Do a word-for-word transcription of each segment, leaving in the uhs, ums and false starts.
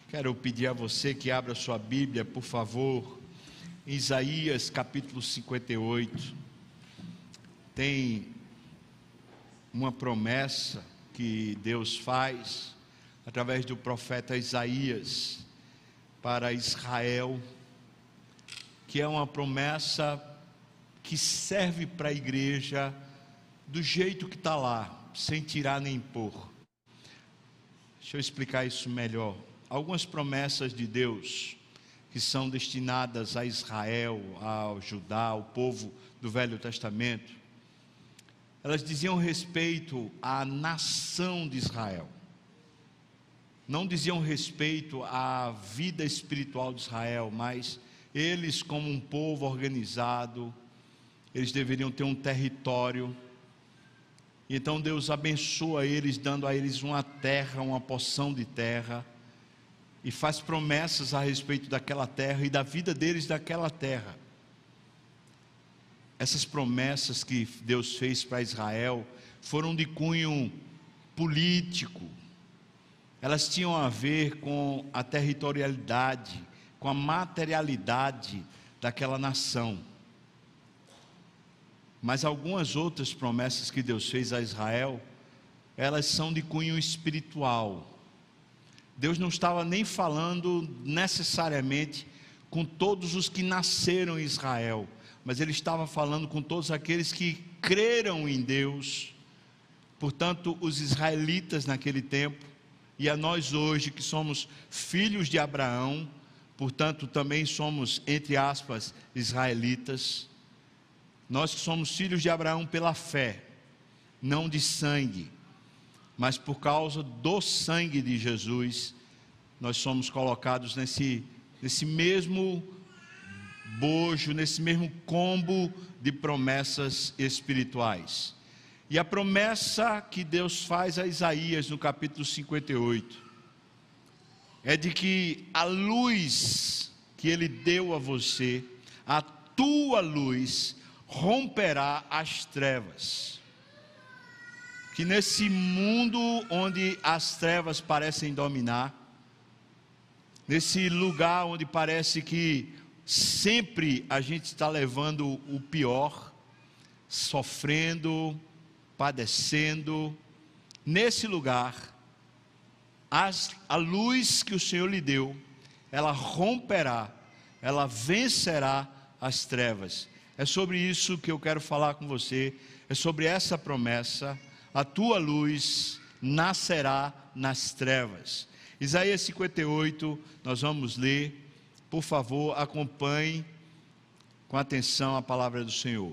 Quero pedir a você que abra sua Bíblia, por favor, em Isaías capítulo cinquenta e oito. Tem uma promessa que Deus faz através do profeta Isaías para Israel, que é uma promessa que serve para a igreja do jeito que está lá, sem tirar nem pôr. Deixa eu explicar isso melhor. Algumas promessas de Deus que são destinadas a Israel, ao Judá, ao povo do Velho Testamento, elas diziam respeito à nação de Israel. Não diziam respeito à vida espiritual de Israel, mas eles, como um povo organizado, eles deveriam ter um território. Então Deus abençoa eles, dando a eles uma terra, uma porção de terra, e faz promessas a respeito daquela terra e da vida deles daquela terra. Essas promessas que Deus fez para Israel foram de cunho político. Elas tinham a ver com a territorialidade, com a materialidade daquela nação. Mas algumas outras promessas que Deus fez a Israel, elas são de cunho espiritual. Deus não estava nem falando necessariamente com todos os que nasceram em Israel, mas Ele estava falando com todos aqueles que creram em Deus. Portanto, os israelitas naquele tempo, e a nós hoje que somos filhos de Abraão, portanto também somos, entre aspas, israelitas. Nós que somos filhos de Abraão pela fé, não de sangue, mas por causa do sangue de Jesus, nós somos colocados nesse, nesse mesmo bojo, nesse mesmo combo de promessas espirituais. E a promessa que Deus faz a Isaías no capítulo cinquenta e oito, é de que a luz que Ele deu a você, a tua luz, romperá as trevas. Que nesse mundo onde as trevas parecem dominar, nesse lugar onde parece que sempre a gente está levando o pior, sofrendo, padecendo, nesse lugar, as, a luz que o Senhor lhe deu, ela romperá, ela vencerá as trevas. É sobre isso que eu quero falar com você, é sobre essa promessa. A tua luz nascerá nas trevas. Isaías cinquenta e oito, nós vamos ler. Por favor, acompanhe com atenção a palavra do Senhor.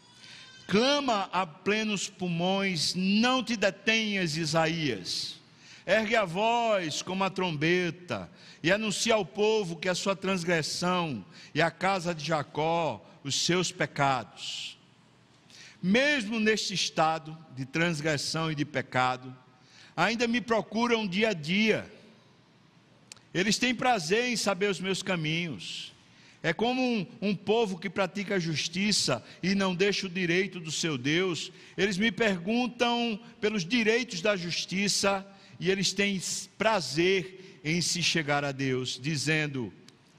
Clama a plenos pulmões, não te detenhas, Isaías. Ergue a voz como a trombeta e anuncia ao povo que a sua transgressão e a casa de Jacó, os seus pecados. Mesmo neste estado de transgressão e de pecado, ainda me procuram dia a dia. Eles têm prazer em saber os meus caminhos. É como um, um povo que pratica a justiça e não deixa o direito do seu Deus. Eles me perguntam pelos direitos da justiça e eles têm prazer em se chegar a Deus, dizendo: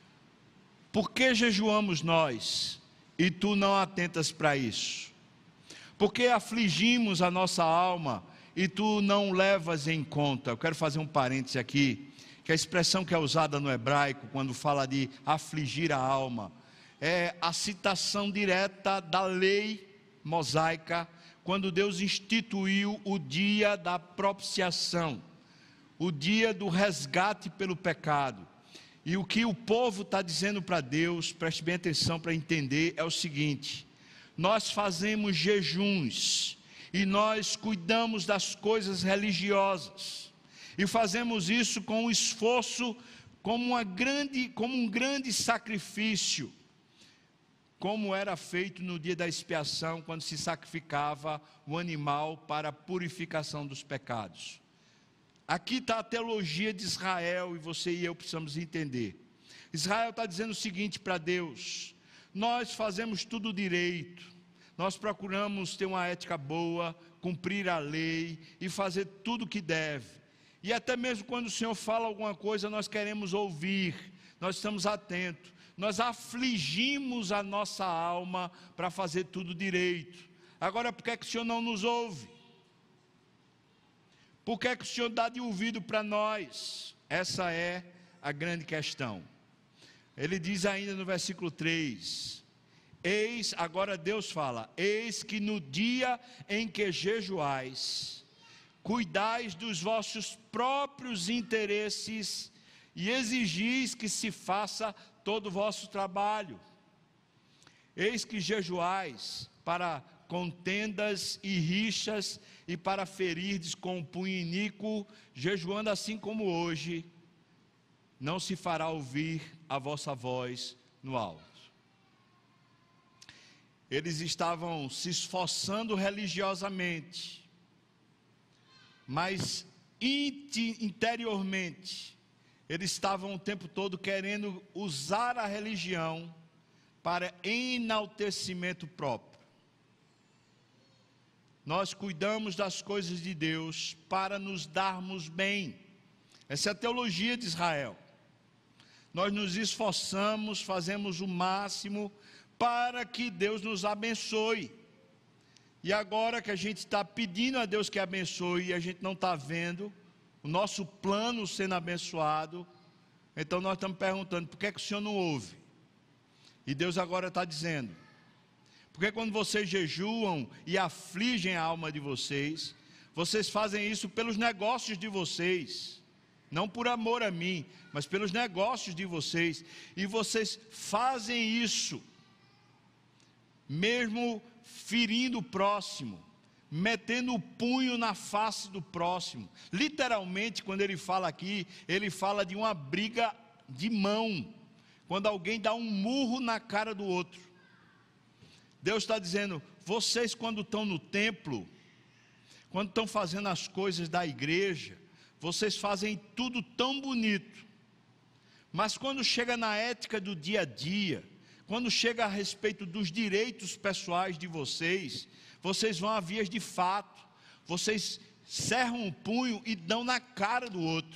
por que jejuamos nós e tu não atentas para isso? Porque afligimos a nossa alma e tu não levas em conta. Eu quero fazer um parêntese aqui, que a expressão que é usada no hebraico, quando fala de afligir a alma, é a citação direta da lei mosaica, quando Deus instituiu o dia da propiciação, o dia do resgate pelo pecado. E o que o povo está dizendo para Deus, preste bem atenção para entender, é o seguinte: nós fazemos jejuns, e nós cuidamos das coisas religiosas, e fazemos isso com um esforço, como, uma grande, como um grande sacrifício, como era feito no dia da expiação, quando se sacrificava o animal para a purificação dos pecados. Aqui está a teologia de Israel, e você e eu precisamos entender. Israel está dizendo o seguinte para Deus: nós fazemos tudo direito, nós procuramos ter uma ética boa, cumprir a lei e fazer tudo o que deve. E até mesmo quando o Senhor fala alguma coisa, nós queremos ouvir, nós estamos atentos, nós afligimos a nossa alma para fazer tudo direito. Agora, por que é que o Senhor não nos ouve? Por que é que o Senhor dá de ouvido para nós? Essa é a grande questão. Ele diz ainda no versículo três, eis, agora Deus fala, eis que no dia em que jejuais, cuidais dos vossos próprios interesses e exigis que se faça todo o vosso trabalho. Eis que jejuais para contendas e rixas e para ferirdes com o punho iníquo, jejuando assim como hoje, não se fará ouvir a vossa voz no alto. Eles estavam se esforçando religiosamente, mas interiormente, eles estavam o tempo todo querendo usar a religião para enaltecimento próprio. Nós cuidamos das coisas de Deus para nos darmos bem. Essa é a teologia de Israel. Nós nos esforçamos, fazemos o máximo para que Deus nos abençoe. E agora que a gente está pedindo a Deus que abençoe e a gente não está vendo o nosso plano sendo abençoado, então nós estamos perguntando, por que é que o Senhor não ouve? E Deus agora está dizendo, porque quando vocês jejuam e afligem a alma de vocês, vocês fazem isso pelos negócios de vocês, não por amor a mim, mas pelos negócios de vocês, e vocês fazem isso, mesmo ferindo o próximo, metendo o punho na face do próximo. Literalmente, quando ele fala aqui, ele fala de uma briga de mão, quando alguém dá um murro na cara do outro. Deus está dizendo, vocês quando estão no templo, quando estão fazendo as coisas da igreja, vocês fazem tudo tão bonito, mas quando chega na ética do dia a dia, quando chega a respeito dos direitos pessoais de vocês, vocês vão a vias de fato, vocês cerram o punho e dão na cara do outro.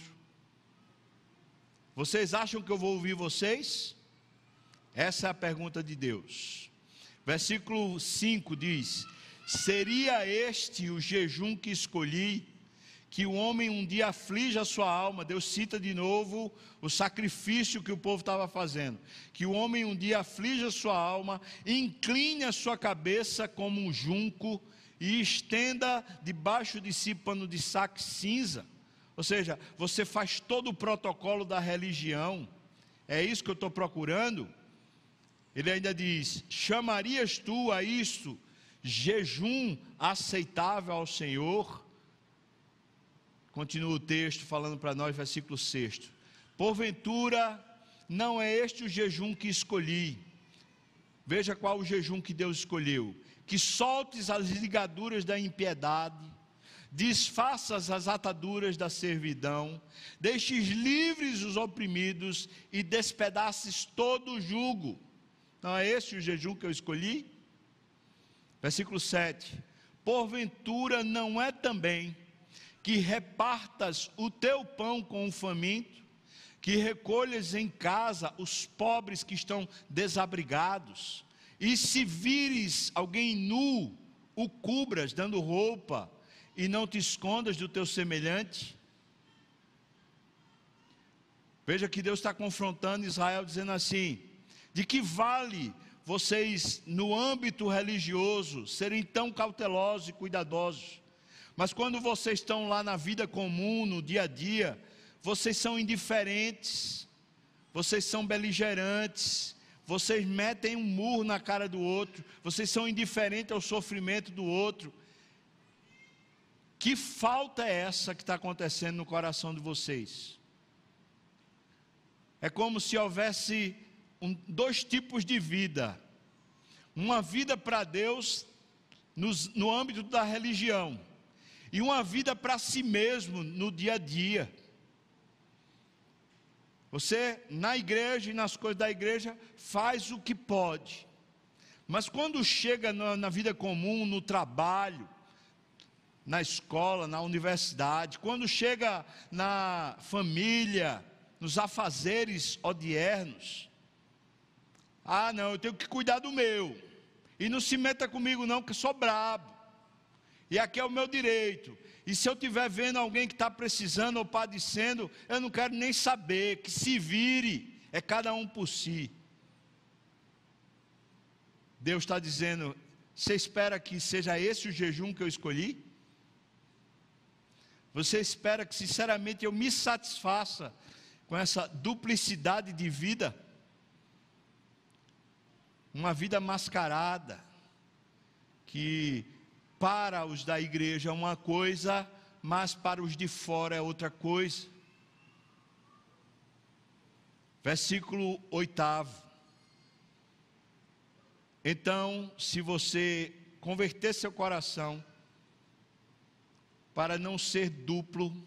Vocês acham que eu vou ouvir vocês? Essa é a pergunta de Deus. Versículo cinco diz, seria este o jejum que escolhi, que o homem um dia aflige a sua alma. Deus cita de novo o sacrifício que o povo estava fazendo, que o homem um dia aflige a sua alma, incline a sua cabeça como um junco, e estenda debaixo de si pano de saco cinza. Ou seja, você faz todo o protocolo da religião, é isso que eu estou procurando? Ele ainda diz, chamarias tu a isto jejum aceitável ao Senhor? Continua o texto falando para nós, versículo seis. Porventura, não é este o jejum que escolhi. Veja qual o jejum que Deus escolheu. Que soltes as ligaduras da impiedade, desfaças as ataduras da servidão, deixes livres os oprimidos e despedaces todo o jugo. Não é esse o jejum que eu escolhi? Versículo sete. Porventura não é também que repartas o teu pão com o faminto, que recolhas em casa os pobres que estão desabrigados, e se vires alguém nu, o cubras dando roupa, e não te escondas do teu semelhante? Veja que Deus está confrontando Israel, dizendo assim, de que vale vocês no âmbito religioso serem tão cautelosos e cuidadosos, mas quando vocês estão lá na vida comum, no dia a dia, vocês são indiferentes, vocês são beligerantes, vocês metem um murro na cara do outro, vocês são indiferentes ao sofrimento do outro. Que falta é essa que está acontecendo no coração de vocês? É como se houvesse um, dois tipos de vida, uma vida para Deus nos, no âmbito da religião, e uma vida para si mesmo no dia a dia. Você na igreja e nas coisas da igreja faz o que pode, mas quando chega na, na vida comum, no trabalho, na escola, na universidade, quando chega na família, nos afazeres odiernos. Ah, não, eu tenho que cuidar do meu. E não se meta comigo não, que eu sou brabo. E aqui é o meu direito. E se eu estiver vendo alguém que está precisando ou padecendo, eu não quero nem saber, que se vire, é cada um por si. Deus está dizendo, você espera que seja esse o jejum que eu escolhi? Você espera que sinceramente eu me satisfaça com essa duplicidade de vida? Uma vida mascarada, que para os da igreja é uma coisa, mas para os de fora é outra coisa. Versículo oitavo. Então, se você converter seu coração para não ser duplo,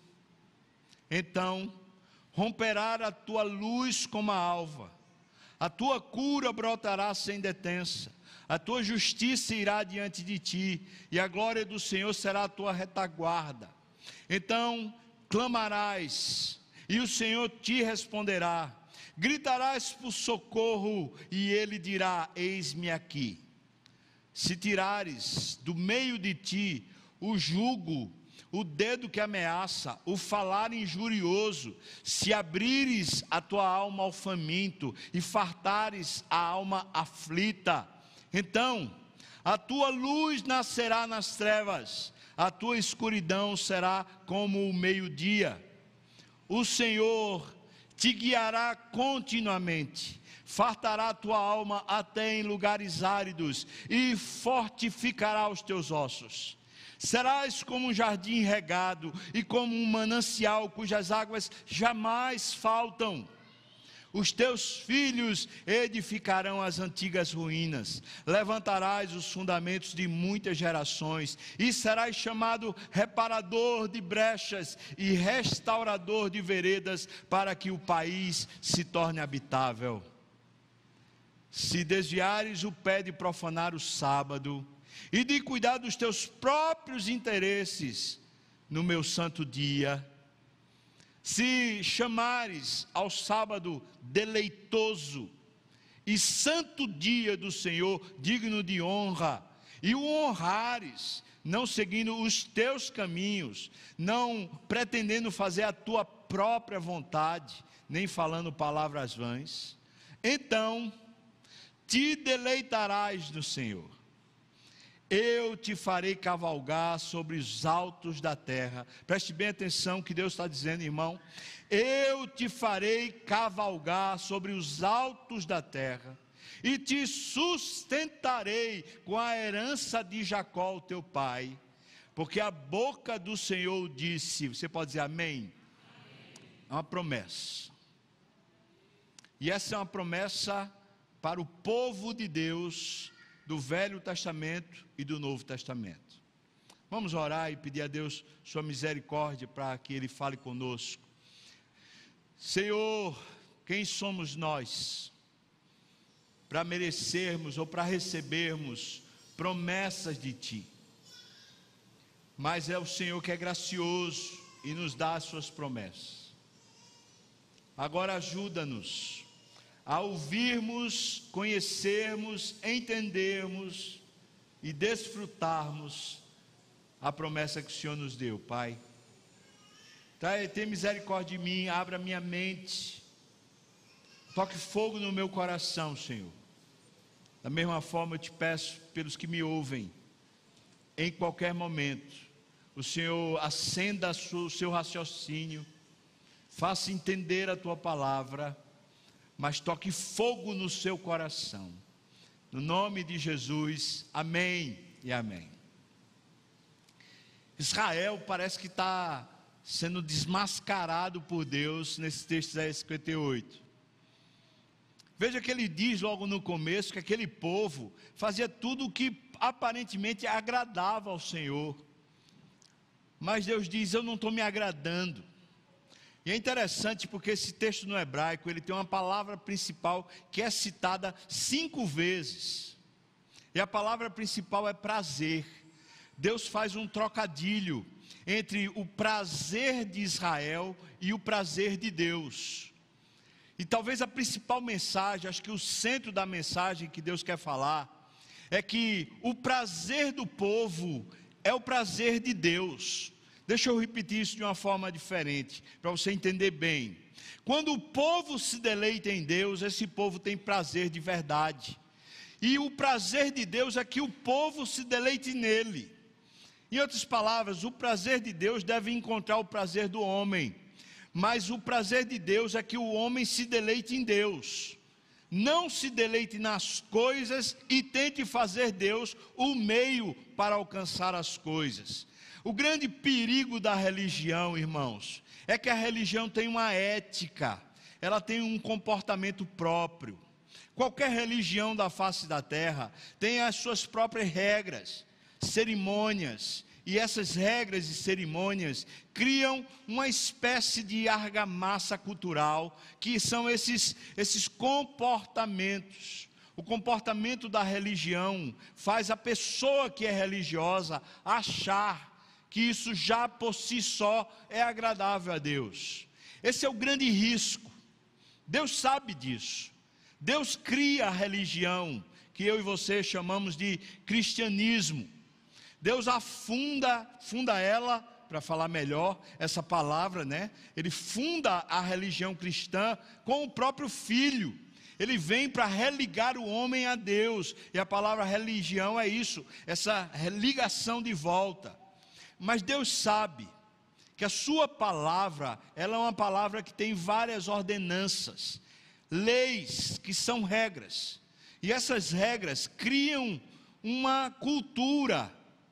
então romperá a tua luz como a alva, a tua cura brotará sem detença, a tua justiça irá diante de ti, e a glória do Senhor será a tua retaguarda. Então clamarás, e o Senhor te responderá, gritarás por socorro, e Ele dirá, eis-me aqui. Se tirares do meio de ti o jugo, o dedo que ameaça, o falar injurioso, se abrires a tua alma ao faminto, e fartares a alma aflita, então a tua luz nascerá nas trevas, a tua escuridão será como o meio-dia. O Senhor te guiará continuamente, fartará a tua alma até em lugares áridos, e fortificará os teus ossos. Serás como um jardim regado, e como um manancial cujas águas jamais faltam. Os teus filhos edificarão as antigas ruínas, levantarás os fundamentos de muitas gerações, e serás chamado reparador de brechas e restaurador de veredas, para que o país se torne habitável. Se desviares o pé de profanar o sábado, e de cuidar dos teus próprios interesses no meu santo dia, se chamares ao sábado deleitoso e santo dia do Senhor, digno de honra, e o honrares, não seguindo os teus caminhos, não pretendendo fazer a tua própria vontade, nem falando palavras vãs, então te deleitarás no Senhor. Eu te farei cavalgar sobre os altos da terra. Preste bem atenção que Deus está dizendo, irmão. Eu te farei cavalgar sobre os altos da terra, e te sustentarei com a herança de Jacó, o teu pai, porque a boca do Senhor disse. Você pode dizer amém? É uma promessa, e essa é uma promessa para o povo de Deus, do Velho Testamento e do Novo Testamento. Vamos orar e pedir a Deus sua misericórdia para que Ele fale conosco. Senhor, quem somos nós para merecermos ou para recebermos promessas de Ti? Mas é o Senhor que é gracioso e nos dá as suas promessas. Agora ajuda-nos a ouvirmos, conhecermos, entendermos e desfrutarmos a promessa que o Senhor nos deu, Pai. Tem misericórdia de mim, abra minha mente, toque fogo no meu coração, Senhor. Da mesma forma eu te peço pelos que me ouvem, em qualquer momento, o Senhor acenda o seu raciocínio, faça entender a Tua palavra, mas toque fogo no seu coração, no nome de Jesus, amém e amém. Israel parece que está sendo desmascarado por Deus nesse texto de Isaías cinquenta e oito. Veja que ele diz logo no começo que aquele povo fazia tudo o que aparentemente agradava ao Senhor, mas Deus diz, eu não estou me agradando. E é interessante porque esse texto no hebraico, ele tem uma palavra principal que é citada cinco vezes. E a palavra principal é prazer. Deus faz um trocadilho entre o prazer de Israel e o prazer de Deus. E talvez a principal mensagem, acho que o centro da mensagem que Deus quer falar, é que o prazer do povo é o prazer de Deus. Deixa eu repetir isso de uma forma diferente, para você entender bem. Quando o povo se deleita em Deus, esse povo tem prazer de verdade. E o prazer de Deus é que o povo se deleite nele. Em outras palavras, o prazer de Deus deve encontrar o prazer do homem. Mas o prazer de Deus é que o homem se deleite em Deus. Não se deleite nas coisas e tente fazer Deus o meio para alcançar as coisas. O grande perigo da religião, irmãos, é que a religião tem uma ética, ela tem um comportamento próprio. Qualquer religião da face da terra tem as suas próprias regras, cerimônias, e essas regras e cerimônias criam uma espécie de argamassa cultural, que são esses, esses comportamentos. O comportamento da religião faz a pessoa que é religiosa achar que isso já por si só é agradável a Deus. Esse é o grande risco. Deus sabe disso. Deus cria a religião, que eu e você chamamos de cristianismo. Deus afunda, funda ela, para falar melhor, essa palavra, né? Ele funda a religião cristã com o próprio Filho. Ele vem para religar o homem a Deus. E a palavra religião é isso, essa ligação de volta. Mas Deus sabe que a sua palavra, ela é uma palavra que tem várias ordenanças, leis que são regras. E essas regras criam uma cultura,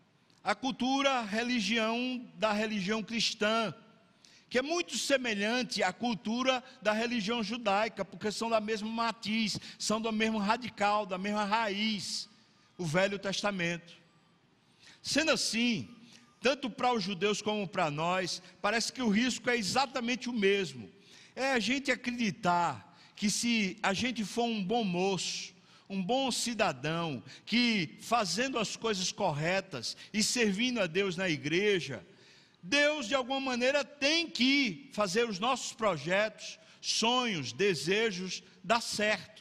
a cultura religião da religião cristã, que é muito semelhante à cultura da religião judaica, porque são da mesma matiz, são do mesmo radical, da mesma raiz, o Velho Testamento. Sendo assim, tanto para os judeus como para nós, parece que o risco é exatamente o mesmo. É a gente acreditar que se a gente for um bom moço, um bom cidadão, que fazendo as coisas corretas e servindo a Deus na igreja, Deus de alguma maneira tem que fazer os nossos projetos, sonhos, desejos dar certo.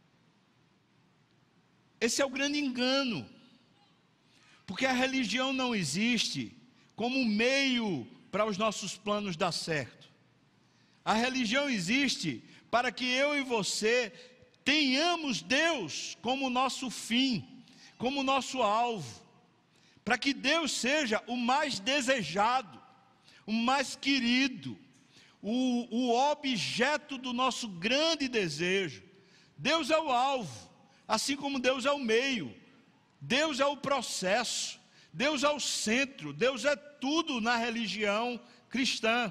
Esse é o grande engano, porque a religião não existe como meio para os nossos planos dar certo. A religião existe para que eu e você tenhamos Deus como nosso fim, como nosso alvo, para que Deus seja o mais desejado, o mais querido, o, o objeto do nosso grande desejo. Deus é o alvo, assim como Deus é o meio, Deus é o processo, Deus é o centro, Deus é tudo na religião cristã.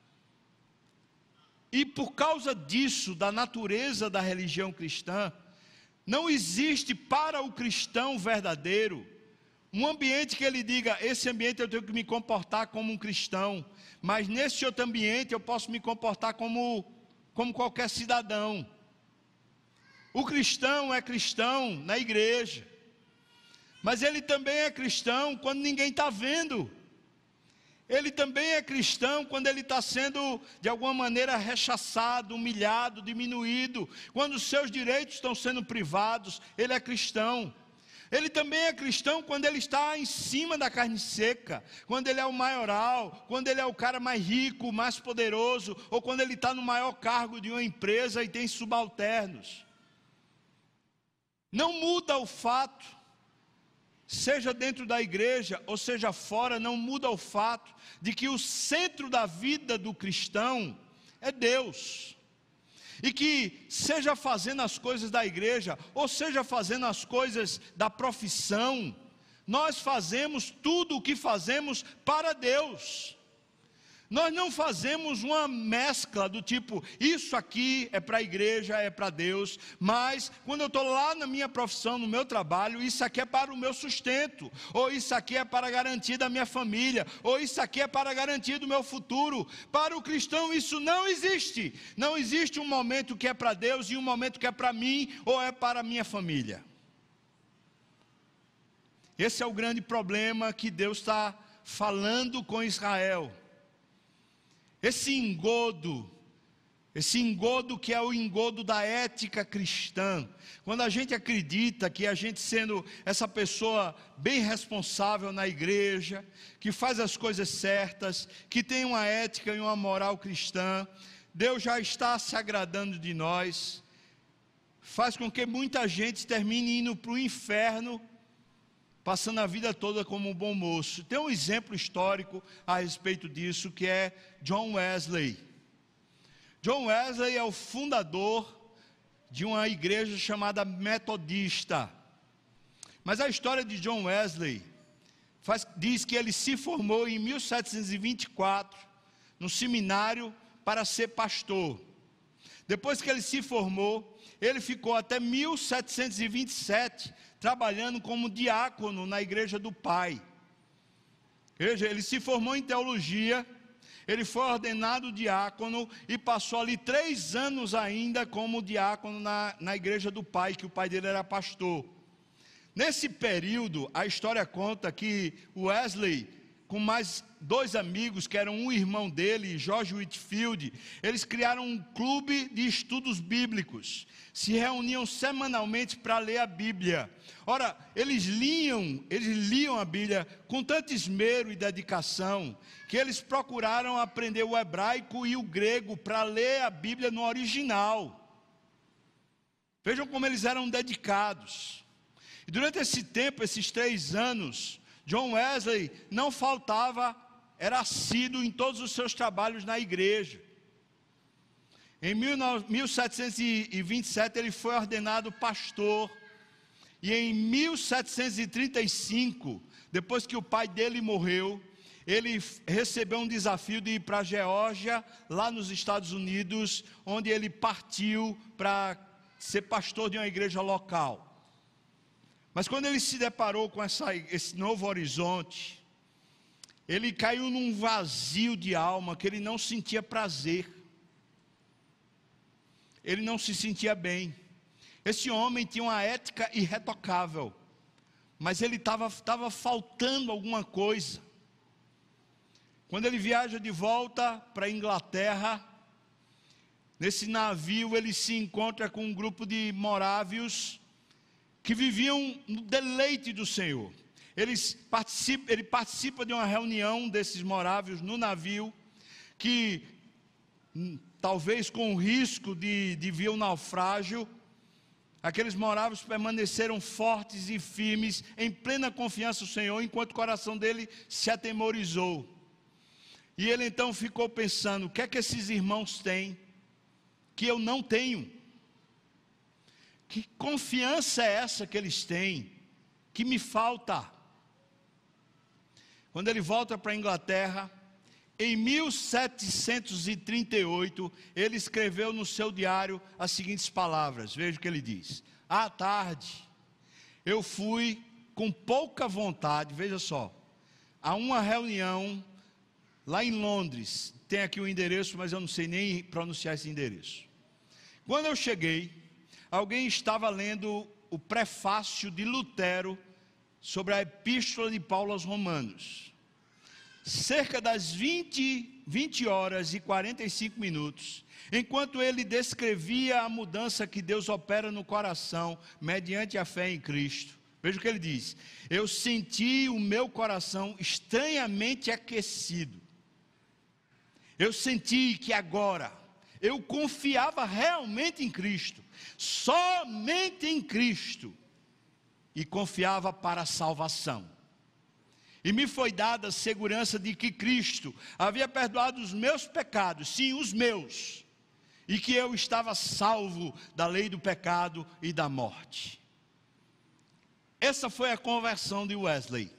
E por causa disso, da natureza da religião cristã, não existe para o cristão verdadeiro um ambiente que ele diga, esse ambiente eu tenho que me comportar como um cristão, mas nesse outro ambiente eu posso me comportar como, como qualquer cidadão. O cristão é cristão na igreja, mas ele também é cristão quando ninguém está vendo. Ele também é cristão quando ele está sendo, de alguma maneira, rechaçado, humilhado, diminuído. Quando os seus direitos estão sendo privados, ele é cristão. Ele também é cristão quando ele está em cima da carne seca, quando ele é o maioral, quando ele é o cara mais rico, mais poderoso, ou quando ele está no maior cargo de uma empresa e tem subalternos. Não muda o fato, seja dentro da igreja ou seja fora, não muda o fato de que o centro da vida do cristão é Deus. E que seja fazendo as coisas da igreja, ou seja fazendo as coisas da profissão, nós fazemos tudo o que fazemos para Deus. Nós não fazemos uma mescla do tipo, isso aqui é para a igreja, é para Deus, mas quando eu estou lá na minha profissão, no meu trabalho, isso aqui é para o meu sustento, ou isso aqui é para a garantia da minha família, ou isso aqui é para a garantia do meu futuro. Para o cristão isso não existe. Não existe um momento que é para Deus e um momento que é para mim, ou é para a minha família. Esse é o grande problema que Deus está falando com Israel. Esse engodo, esse engodo que é o engodo da ética cristã. Quando a gente acredita que a gente sendo essa pessoa bem responsável na igreja, que faz as coisas certas, que tem uma ética e uma moral cristã, Deus já está se agradando de nós, faz com que muita gente termine indo para o inferno, passando a vida toda como um bom moço. Tem um exemplo histórico a respeito disso, que é John Wesley. John Wesley é o fundador de uma igreja chamada Metodista. Mas a história de John Wesley faz, diz que ele se formou em mil setecentos e vinte e quatro, no seminário, para ser pastor. Depois que ele se formou, ele ficou até mil setecentos e vinte e sete trabalhando como diácono na igreja do pai. Veja, ele se formou em teologia, ele foi ordenado diácono e passou ali três anos ainda como diácono na, na igreja do pai, que o pai dele era pastor. Nesse período, a história conta que Wesley, com mais dois amigos, que eram um irmão dele, George Whitefield, eles criaram um clube de estudos bíblicos, se reuniam semanalmente para ler a Bíblia. Ora, eles liam, eles liam a Bíblia com tanto esmero e dedicação, que eles procuraram aprender o hebraico e o grego para ler a Bíblia no original. Vejam como eles eram dedicados. E durante esse tempo, esses três anos, John Wesley não faltava, era assíduo em todos os seus trabalhos na igreja. Em mil setecentos e vinte e sete ele foi ordenado pastor, e em mil setecentos e trinta e cinco, depois que o pai dele morreu, ele recebeu um desafio de ir para a Geórgia, lá nos Estados Unidos, onde ele partiu para ser pastor de uma igreja local. Mas quando ele se deparou com essa, esse novo horizonte, ele caiu num vazio de alma, que ele não sentia prazer, ele não se sentia bem. Esse homem tinha uma ética irretocável, mas ele estava estava faltando alguma coisa. Quando ele viaja de volta para a Inglaterra, nesse navio ele se encontra com um grupo de morávios, que viviam no deleite do Senhor. Eles participam, ele participa de uma reunião desses morávios no navio, que hum, talvez com o risco de, de vir um naufrágio, aqueles morávios permaneceram fortes e firmes, em plena confiança no Senhor, enquanto o coração dele se atemorizou. E ele então ficou pensando: o que é que esses irmãos têm que eu não tenho? Que confiança é essa que eles têm, que me falta? Quando ele volta para a Inglaterra, em mil setecentos e trinta e oito, ele escreveu no seu diário as seguintes palavras, veja o que ele diz: à tarde, eu fui com pouca vontade, veja só, a uma reunião lá em Londres, tem aqui o endereço, mas eu não sei nem pronunciar esse endereço. Quando eu cheguei, alguém estava lendo o prefácio de Lutero sobre a Epístola de Paulo aos Romanos. Cerca das vinte, vinte horas e quarenta e cinco minutos, enquanto ele descrevia a mudança que Deus opera no coração, mediante a fé em Cristo. Veja o que ele diz: eu senti o meu coração estranhamente aquecido. Eu senti que agora eu confiava realmente em Cristo, somente em Cristo, e confiava para a salvação. E me foi dada a segurança de que Cristo havia perdoado os meus pecados, sim, os meus, e que eu estava salvo da lei do pecado e da morte. Essa foi a conversão de Wesley.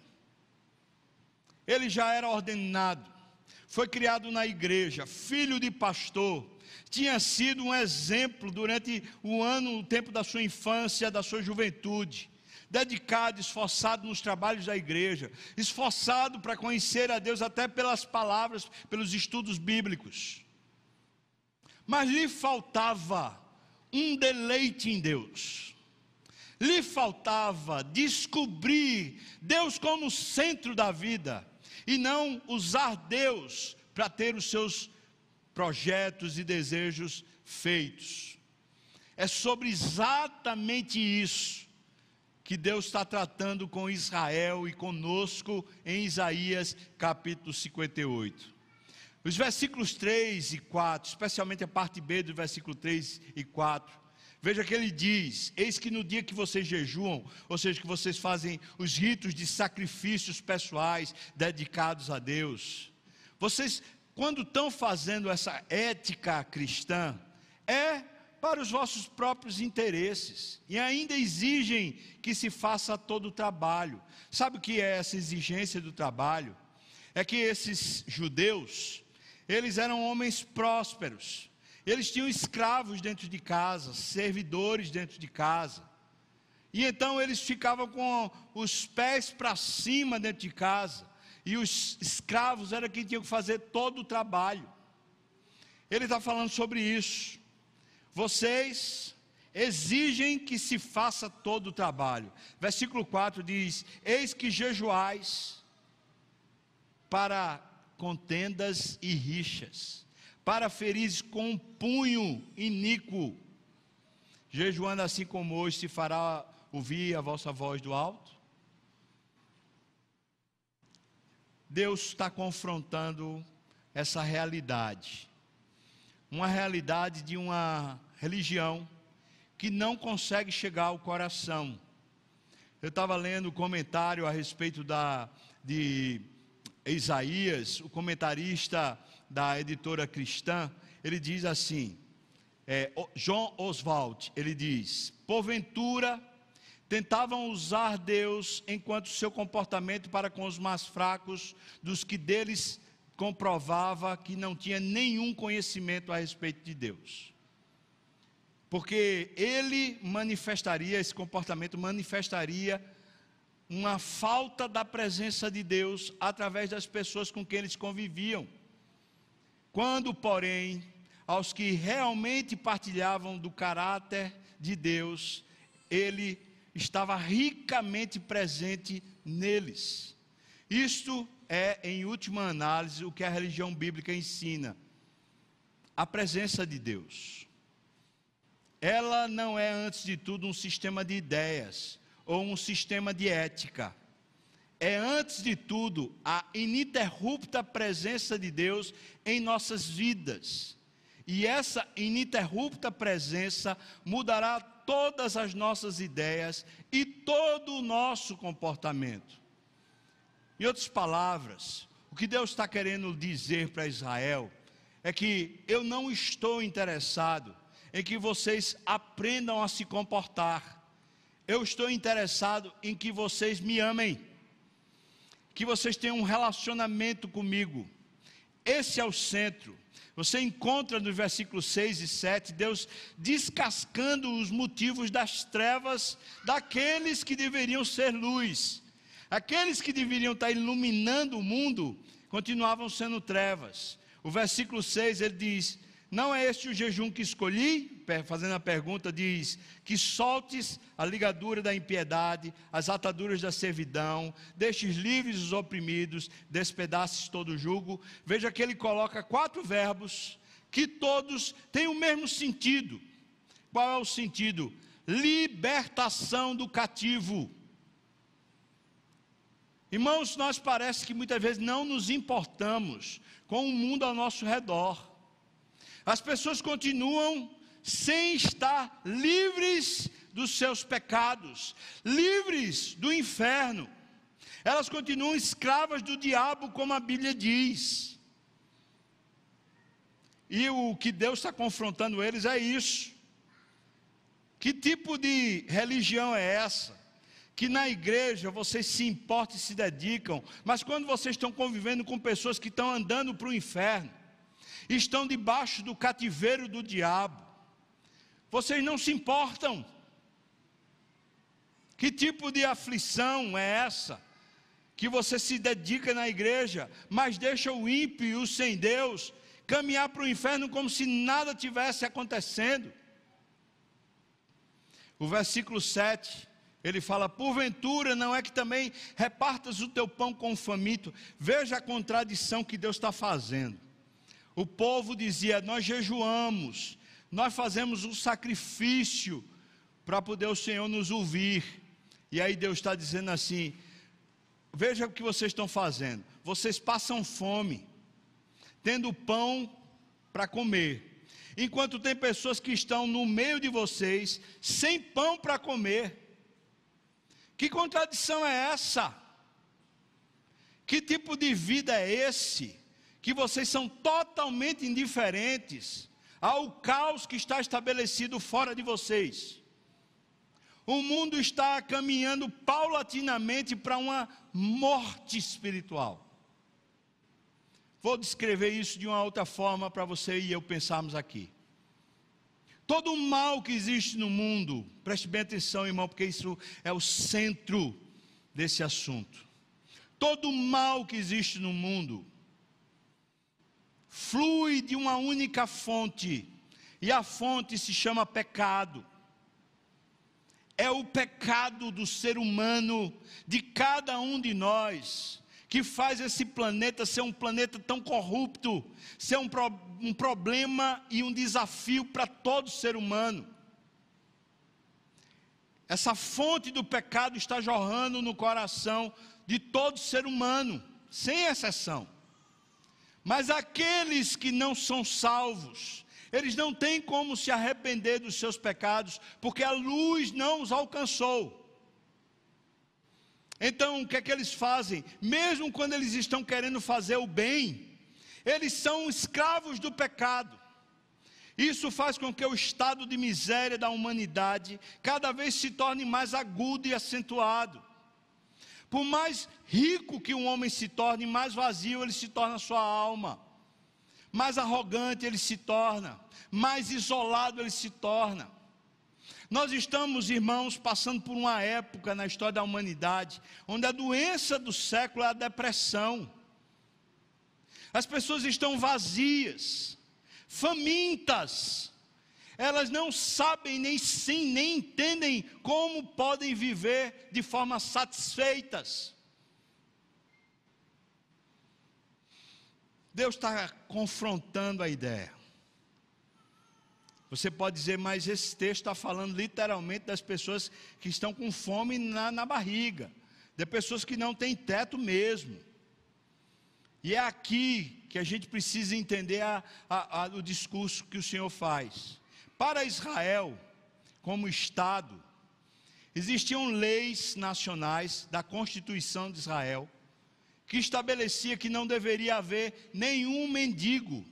Ele já era ordenado, foi criado na igreja, filho de pastor, tinha sido um exemplo durante o ano, o tempo da sua infância, da sua juventude, dedicado, esforçado nos trabalhos da igreja, esforçado para conhecer a Deus até pelas palavras, pelos estudos bíblicos. Mas lhe faltava um deleite em Deus, Lhe faltava descobrir Deus como centro da vida e não usar Deus para ter os seus projetos e desejos feitos. É sobre exatamente isso que Deus está tratando com Israel e conosco em Isaías capítulo cinquenta e oito. Os versículos três e quatro, especialmente a parte B do versículo três e quatro, veja que ele diz: eis que no dia que vocês jejuam, ou seja, que vocês fazem os ritos de sacrifícios pessoais dedicados a Deus, vocês, quando estão fazendo essa ética cristã, é para os vossos próprios interesses, e ainda exigem que se faça todo o trabalho. Sabe o que é essa exigência do trabalho? É que esses judeus, eles eram homens prósperos, eles tinham escravos dentro de casa, servidores dentro de casa, e então eles ficavam com os pés para cima dentro de casa, e os escravos eram quem tinham que fazer todo o trabalho. Ele está falando sobre isso. Vocês exigem que se faça todo o trabalho. Versículo quatro diz: eis que jejuais para contendas e rixas, para ferir com um punho iníquo. Jejuando assim como hoje se fará ouvir a vossa voz do alto? Deus está confrontando essa realidade, uma realidade de uma religião que não consegue chegar ao coração. Eu estava lendo o comentário a respeito da, de Isaías, o comentarista da editora cristã, ele diz assim, é, John Oswald, ele diz: porventura tentavam usar Deus enquanto seu comportamento para com os mais fracos, dos que deles comprovava que não tinha nenhum conhecimento a respeito de Deus. Porque ele manifestaria, esse comportamento manifestaria uma falta da presença de Deus através das pessoas com quem eles conviviam. Quando, porém, aos que realmente partilhavam do caráter de Deus, ele estava ricamente presente neles. Isto é, em última análise, o que a religião bíblica ensina: a presença de Deus. Ela não é, antes de tudo, um sistema de ideias ou um sistema de ética. É, antes de tudo, a ininterrupta presença de Deus em nossas vidas. E essa ininterrupta presença mudará todas as nossas ideias e todo o nosso comportamento. Em outras palavras, o que Deus está querendo dizer para Israel é que eu não estou interessado em que vocês aprendam a se comportar. Eu estou interessado em que vocês me amem, que vocês tenham um relacionamento comigo. Esse é o centro. Você encontra no versículo seis e sete, Deus descascando os motivos das trevas daqueles que deveriam ser luz. Aqueles que deveriam estar iluminando o mundo, continuavam sendo trevas. O versículo seis, ele diz: não é este o jejum que escolhi? Fazendo a pergunta, diz: que soltes a ligadura da impiedade, as ataduras da servidão, deixes livres os oprimidos, despedaces todo o jugo. Veja que ele coloca quatro verbos, que todos têm o mesmo sentido. Qual é o sentido? Libertação do cativo. Irmãos, nós parece que muitas vezes não nos importamos com o mundo ao nosso redor. As pessoas continuam sem estar livres dos seus pecados, livres do inferno. Elas continuam escravas do diabo, como a Bíblia diz. E o que Deus está confrontando eles é isso. Que tipo de religião é essa? Que na igreja vocês se importam e se dedicam, mas quando vocês estão convivendo com pessoas que estão andando para o inferno, estão debaixo do cativeiro do diabo, vocês não se importam. Que tipo de aflição é essa? Que você se dedica na igreja, mas deixa o ímpio e o sem Deus caminhar para o inferno como se nada tivesse acontecendo. O versículo sete Ele fala: porventura não é que também repartas o teu pão com o faminto? Veja a contradição que Deus está fazendo. O povo dizia: nós jejuamos, nós fazemos um sacrifício para poder o Senhor nos ouvir. E aí Deus está dizendo assim: veja o que vocês estão fazendo. Vocês passam fome, tendo pão para comer, enquanto tem pessoas que estão no meio de vocês, sem pão para comer. Que contradição é essa? Que tipo de vida é esse? Que vocês são totalmente indiferentes ao caos que está estabelecido fora de vocês. O mundo está caminhando paulatinamente para uma morte espiritual. Vou descrever isso de uma outra forma para você e eu pensarmos aqui. Todo o mal que existe no mundo, preste bem atenção, irmão, porque isso é o centro desse assunto. Todo o mal que existe no mundo flui de uma única fonte, e a fonte se chama pecado. É o pecado do ser humano, de cada um de nós, que faz esse planeta ser um planeta tão corrupto, ser um, pro, um problema e um desafio para todo ser humano. Essa fonte do pecado está jorrando no coração de todo ser humano, sem exceção. Mas aqueles que não são salvos, eles não têm como se arrepender dos seus pecados, porque a luz não os alcançou. Então, o que é que eles fazem? Mesmo quando eles estão querendo fazer o bem, eles são escravos do pecado. Isso faz com que o estado de miséria da humanidade cada vez se torne mais agudo e acentuado. Por mais rico que um homem se torne, mais vazio ele se torna a sua alma. Mais arrogante ele se torna, mais isolado ele se torna. Nós estamos, irmãos, passando por uma época na história da humanidade, onde a doença do século é a depressão. As pessoas estão vazias, famintas, elas não sabem nem sim, nem entendem como podem viver de forma satisfeitas. Deus está confrontando a ideia. Você pode dizer, mas esse texto está falando literalmente das pessoas que estão com fome na, na barriga, de pessoas que não têm teto mesmo. E é aqui que a gente precisa entender a, a, a, o discurso que o Senhor faz. Para Israel, como Estado, existiam leis nacionais da Constituição de Israel, que estabelecia que não deveria haver nenhum mendigo.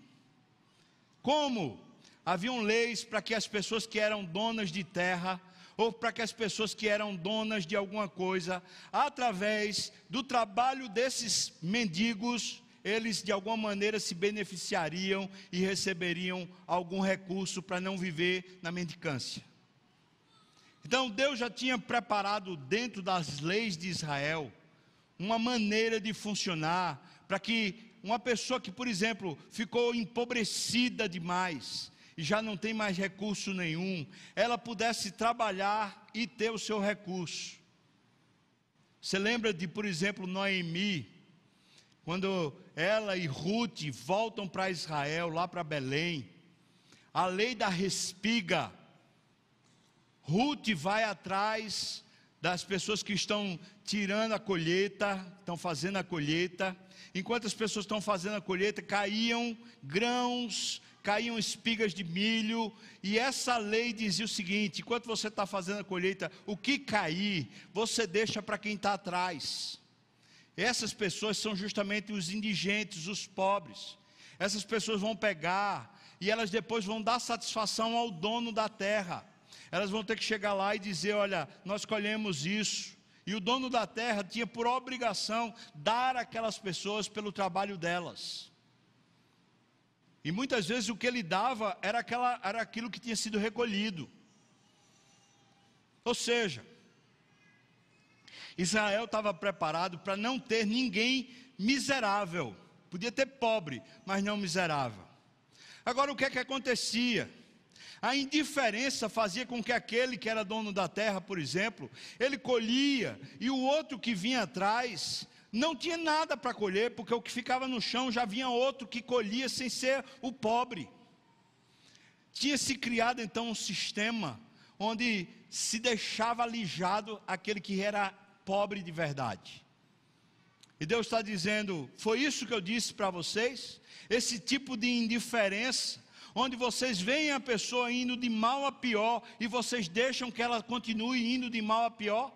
Como? Haviam leis para que as pessoas que eram donas de terra, ou para que as pessoas que eram donas de alguma coisa, através do trabalho desses mendigos, eles de alguma maneira se beneficiariam e receberiam algum recurso para não viver na mendicância. Então Deus já tinha preparado dentro das leis de Israel uma maneira de funcionar para que uma pessoa que, por exemplo, ficou empobrecida demais e já não tem mais recurso nenhum, ela pudesse trabalhar e ter o seu recurso. Você lembra de, por exemplo, Noemi, quando ela e Ruth voltam para Israel, lá para Belém, a lei da respiga, Ruth vai atrás das pessoas que estão tirando a colheita, estão fazendo a colheita. Enquanto as pessoas estão fazendo a colheita, caíam grãos, caíam espigas de milho, e essa lei dizia o seguinte: enquanto você está fazendo a colheita, o que cair, você deixa para quem está atrás. Essas pessoas são justamente os indigentes, os pobres. Essas pessoas vão pegar, e elas depois vão dar satisfação ao dono da terra. Elas vão ter que chegar lá e dizer: olha, nós colhemos isso. E o dono da terra tinha por obrigação dar àquelas pessoas pelo trabalho delas. E muitas vezes o que ele dava era, aquela, era aquilo que tinha sido recolhido. Ou seja, Israel estava preparado para não ter ninguém miserável. Podia ter pobre, mas não miserável. Agora o que é que acontecia? A indiferença fazia com que aquele que era dono da terra, por exemplo, ele colhia, e o outro que vinha atrás não tinha nada para colher, porque o que ficava no chão já vinha outro que colhia sem ser o pobre. Tinha se criado então um sistema onde se deixava alijado aquele que era pobre de verdade. E Deus está dizendo: foi isso que eu disse para vocês? Esse tipo de indiferença, onde vocês veem a pessoa indo de mal a pior, e vocês deixam que ela continue indo de mal a pior?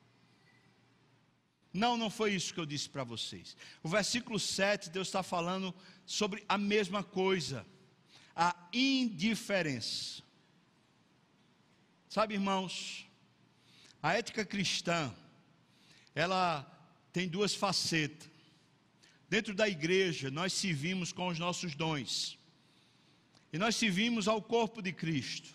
Não, não foi isso que eu disse para vocês. O versículo sete, Deus está falando sobre a mesma coisa, a indiferença. Sabe, irmãos, a ética cristã, ela tem duas facetas. Dentro da igreja, nós servimos com os nossos dons, e nós servimos ao corpo de Cristo.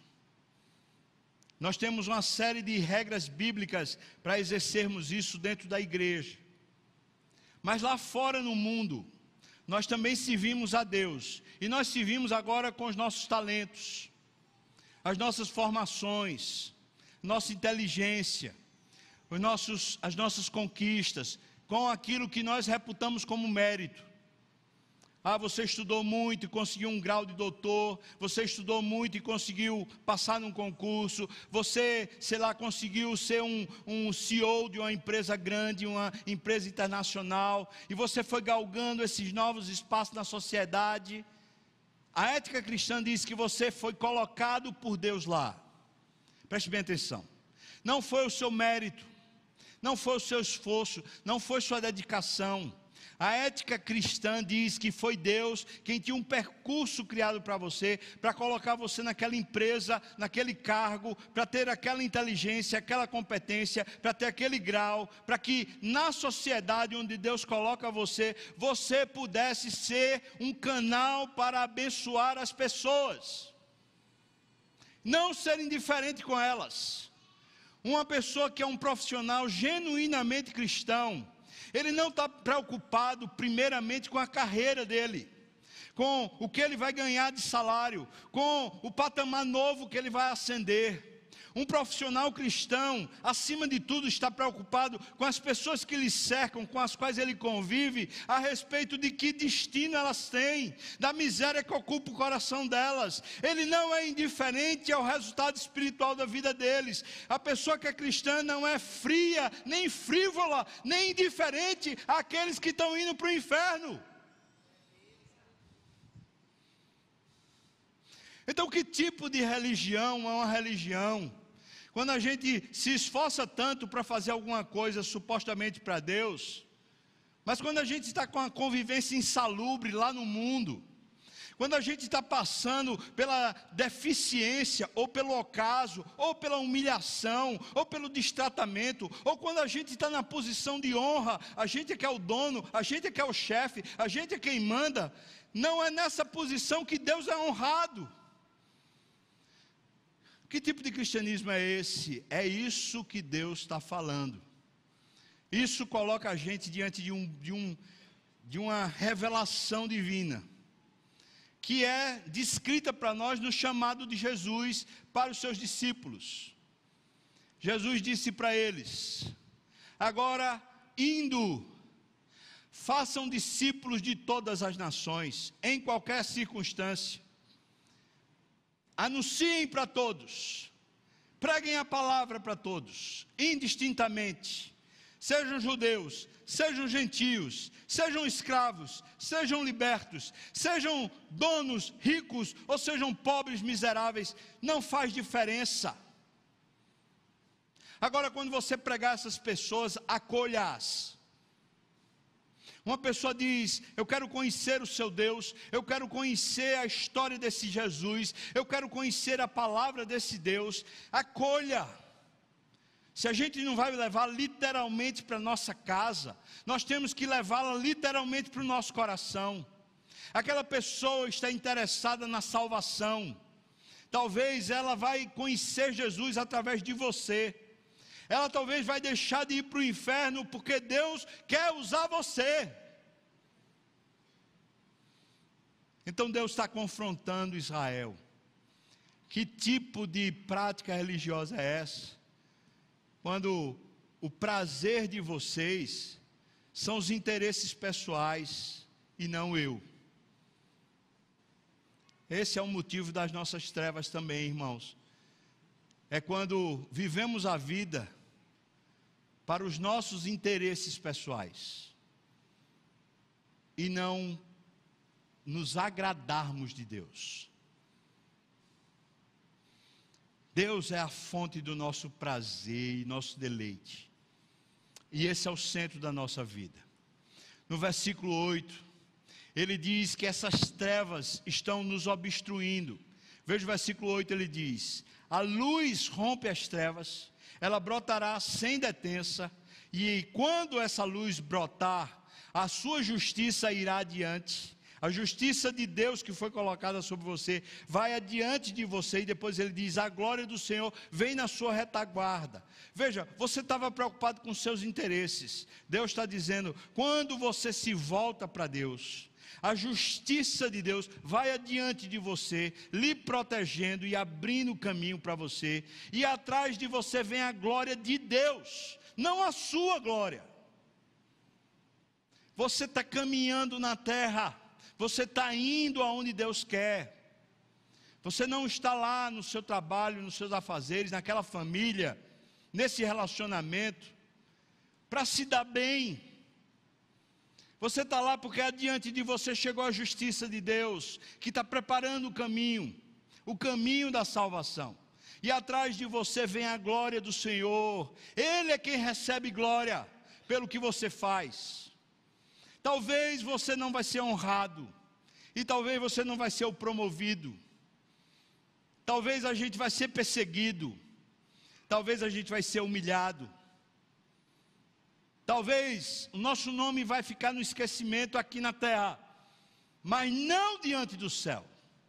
Nós temos uma série de regras bíblicas para exercermos isso dentro da igreja. Mas lá fora no mundo, nós também servimos a Deus, e nós servimos agora com os nossos talentos, as nossas formações, nossa inteligência, os nossos, as nossas conquistas, com aquilo que nós reputamos como mérito. Ah, você estudou muito e conseguiu um grau de doutor, você estudou muito e conseguiu passar num concurso, você, sei lá, conseguiu ser um, um C E O de uma empresa grande, uma empresa internacional, e você foi galgando esses novos espaços na sociedade. A ética cristã diz que você foi colocado por Deus lá. Preste bem atenção. Não foi o seu mérito, não foi o seu esforço, não foi sua dedicação. A ética cristã diz que foi Deus quem tinha um percurso criado para você, para colocar você naquela empresa, naquele cargo, para ter aquela inteligência, aquela competência, para ter aquele grau, para que na sociedade onde Deus coloca você, você pudesse ser um canal para abençoar as pessoas, não ser indiferente com elas. Uma pessoa que é um profissional genuinamente cristão, ele não está preocupado primeiramente com a carreira dele, com o que ele vai ganhar de salário, com o patamar novo que ele vai ascender. Um profissional cristão, acima de tudo, está preocupado com as pessoas que lhe cercam, com as quais ele convive, a respeito de que destino elas têm, da miséria que ocupa o coração delas. Ele não é indiferente ao resultado espiritual da vida deles. A pessoa que é cristã não é fria, nem frívola, nem indiferente àqueles que estão indo para o inferno. Então, que tipo de religião é uma religião? Quando a gente se esforça tanto para fazer alguma coisa supostamente para Deus, mas quando a gente está com a convivência insalubre lá no mundo, quando a gente está passando pela deficiência, ou pelo ocaso, ou pela humilhação, ou pelo destratamento, ou quando a gente está na posição de honra, a gente é que é o dono, a gente é que é o chefe, a gente é quem manda, não é nessa posição que Deus é honrado. Que tipo de cristianismo é esse? É isso que Deus está falando. Isso coloca a gente diante de, um, de, um, de uma revelação divina, que é descrita para nós no chamado de Jesus para os seus discípulos. Jesus disse para eles: agora indo, façam discípulos de todas as nações, em qualquer circunstância. Anunciem para todos, preguem a palavra para todos, indistintamente, sejam judeus, sejam gentios, sejam escravos, sejam libertos, sejam donos, ricos, ou sejam pobres, miseráveis, não faz diferença. Agora, quando você pregar essas pessoas, acolha-as. Uma pessoa diz: eu quero conhecer o seu Deus, eu quero conhecer a história desse Jesus, eu quero conhecer a palavra desse Deus. Acolha. Se a gente não vai levar literalmente para nossa casa, nós temos que levá-la literalmente para o nosso coração. Aquela pessoa está interessada na salvação, talvez ela vai conhecer Jesus através de você. Ela talvez vai deixar de ir para o inferno, porque Deus quer usar você. Então Deus está confrontando Israel, Que tipo de prática religiosa é essa? Quando o prazer de vocês são os interesses pessoais e não eu. Esse é o motivo das nossas trevas também, irmãos. É quando vivemos a vida para os nossos interesses pessoais e não nos agradarmos de Deus. Deus é a fonte do nosso prazer e nosso deleite. E esse é o centro da nossa vida. No versículo oito, ele diz que essas trevas estão nos obstruindo. Veja o versículo oito, ele diz: a luz rompe as trevas, ela brotará sem detença, e quando essa luz brotar, a sua justiça irá adiante. A justiça de Deus que foi colocada sobre você vai adiante de você, e depois ele diz: a glória do Senhor vem na sua retaguarda. Veja, você estava preocupado com seus interesses. Deus está dizendo: quando você se volta para Deus, a justiça de Deus vai adiante de você, lhe protegendo e abrindo caminho para você, e atrás de você vem a glória de Deus, não a sua glória. Você está caminhando na terra, você está indo aonde Deus quer. Você não está lá no seu trabalho, nos seus afazeres, naquela família, nesse relacionamento, para se dar bem. Você está lá porque adiante de você chegou a justiça de Deus, que está preparando o caminho, o caminho da salvação. E atrás de você vem a glória do Senhor. Ele é quem recebe glória pelo que você faz. Talvez você não vai ser honrado, e talvez você não vai ser o promovido, talvez a gente vai ser perseguido, talvez a gente vai ser humilhado, talvez o nosso nome vai ficar no esquecimento aqui na terra, mas não diante do céu.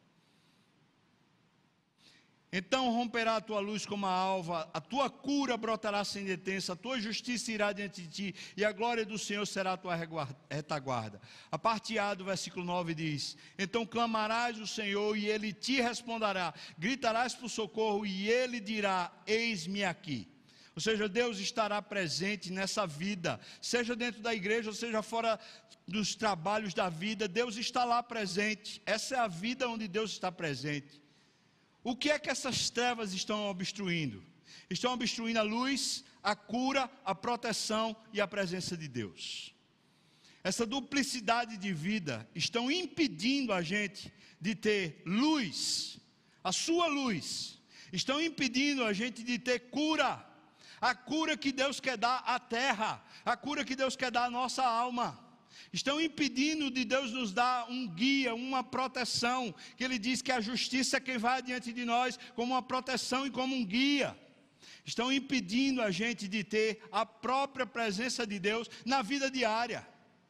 Então romperá a tua luz como a alva, a tua cura brotará sem detença, a tua justiça irá diante de ti, e a glória do Senhor será a tua retaguarda. A parte A do versículo nove diz: então clamarás o Senhor e Ele te responderá, gritarás por socorro e Ele dirá: eis-me aqui. Ou seja, Deus estará presente nessa vida, seja dentro da igreja, ou seja fora dos trabalhos da vida, Deus está lá presente. Essa é a vida onde Deus está presente. O que é que essas trevas estão obstruindo? Estão obstruindo a luz, a cura, a proteção e a presença de Deus. Essa duplicidade de vida estão impedindo a gente de ter luz, a sua luz. Estão impedindo a gente de ter cura, a cura que Deus quer dar à terra, a cura que Deus quer dar à nossa alma. Estão impedindo de Deus nos dar um guia, uma proteção, que Ele diz que a justiça é quem vai diante de nós, como uma proteção e como um guia. Estão impedindo a gente de ter a própria presença de Deus na vida diária.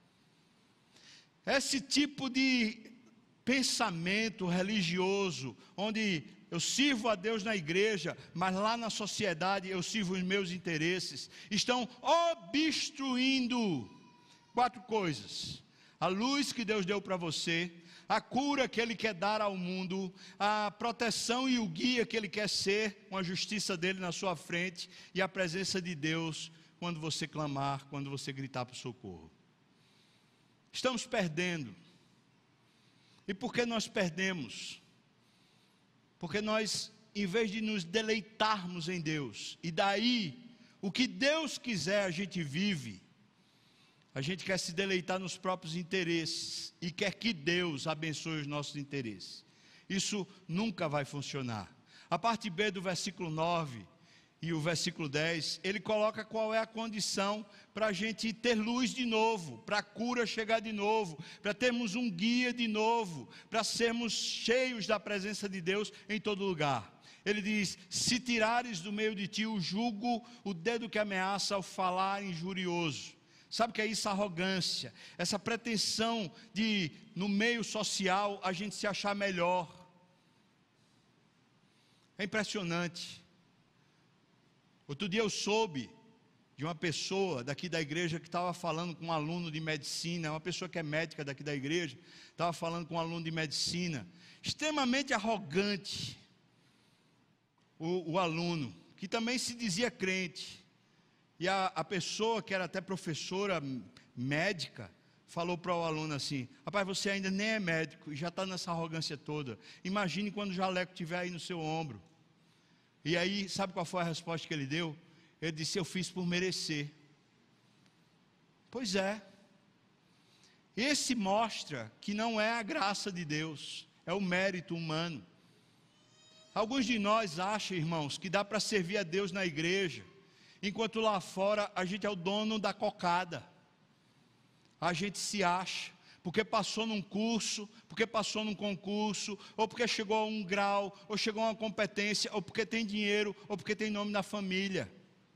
Esse tipo de pensamento religioso, onde eu sirvo a Deus na igreja, mas lá na sociedade eu sirvo os meus interesses, estão obstruindo quatro coisas: a luz que Deus deu para você, a cura que Ele quer dar ao mundo, a proteção e o guia que Ele quer ser, com a justiça dEle na sua frente, e a presença de Deus quando você clamar, quando você gritar por socorro. Estamos perdendo. E por que nós perdemos? Porque nós, em vez de nos deleitarmos em Deus, e daí, o que Deus quiser a gente vive, a gente quer se deleitar nos próprios interesses, e quer que Deus abençoe os nossos interesses. Isso nunca vai funcionar. A parte B do versículo nove e o versículo dez, ele coloca qual é a condição para a gente ter luz de novo, para a cura chegar de novo, para termos um guia de novo, para sermos cheios da presença de Deus em todo lugar. Ele diz: se tirares do meio de ti o jugo, o dedo que ameaça ao falar injurioso. Sabe o que é isso? Arrogância, essa pretensão de, no meio social, a gente se achar melhor. É impressionante. Outro dia eu soube de uma pessoa daqui da igreja que estava falando com um aluno de medicina, uma pessoa que é médica daqui da igreja, estava falando com um aluno de medicina, extremamente arrogante, o, o aluno, que também se dizia crente, e a, a pessoa que era até professora médica, falou para o aluno assim: rapaz, você ainda nem é médico e já está nessa arrogância toda, imagine quando o jaleco estiver aí no seu ombro. E aí, sabe qual foi a resposta que ele deu? Ele disse: eu fiz por merecer. Pois é, esse mostra que não é a graça de Deus, é o mérito humano. Alguns de nós acham, irmãos, que dá para servir a Deus na igreja, enquanto lá fora a gente é o dono da cocada. A gente se acha, porque passou num curso, porque passou num concurso, ou porque chegou a um grau, ou chegou a uma competência, ou porque tem dinheiro, ou porque tem nome na família.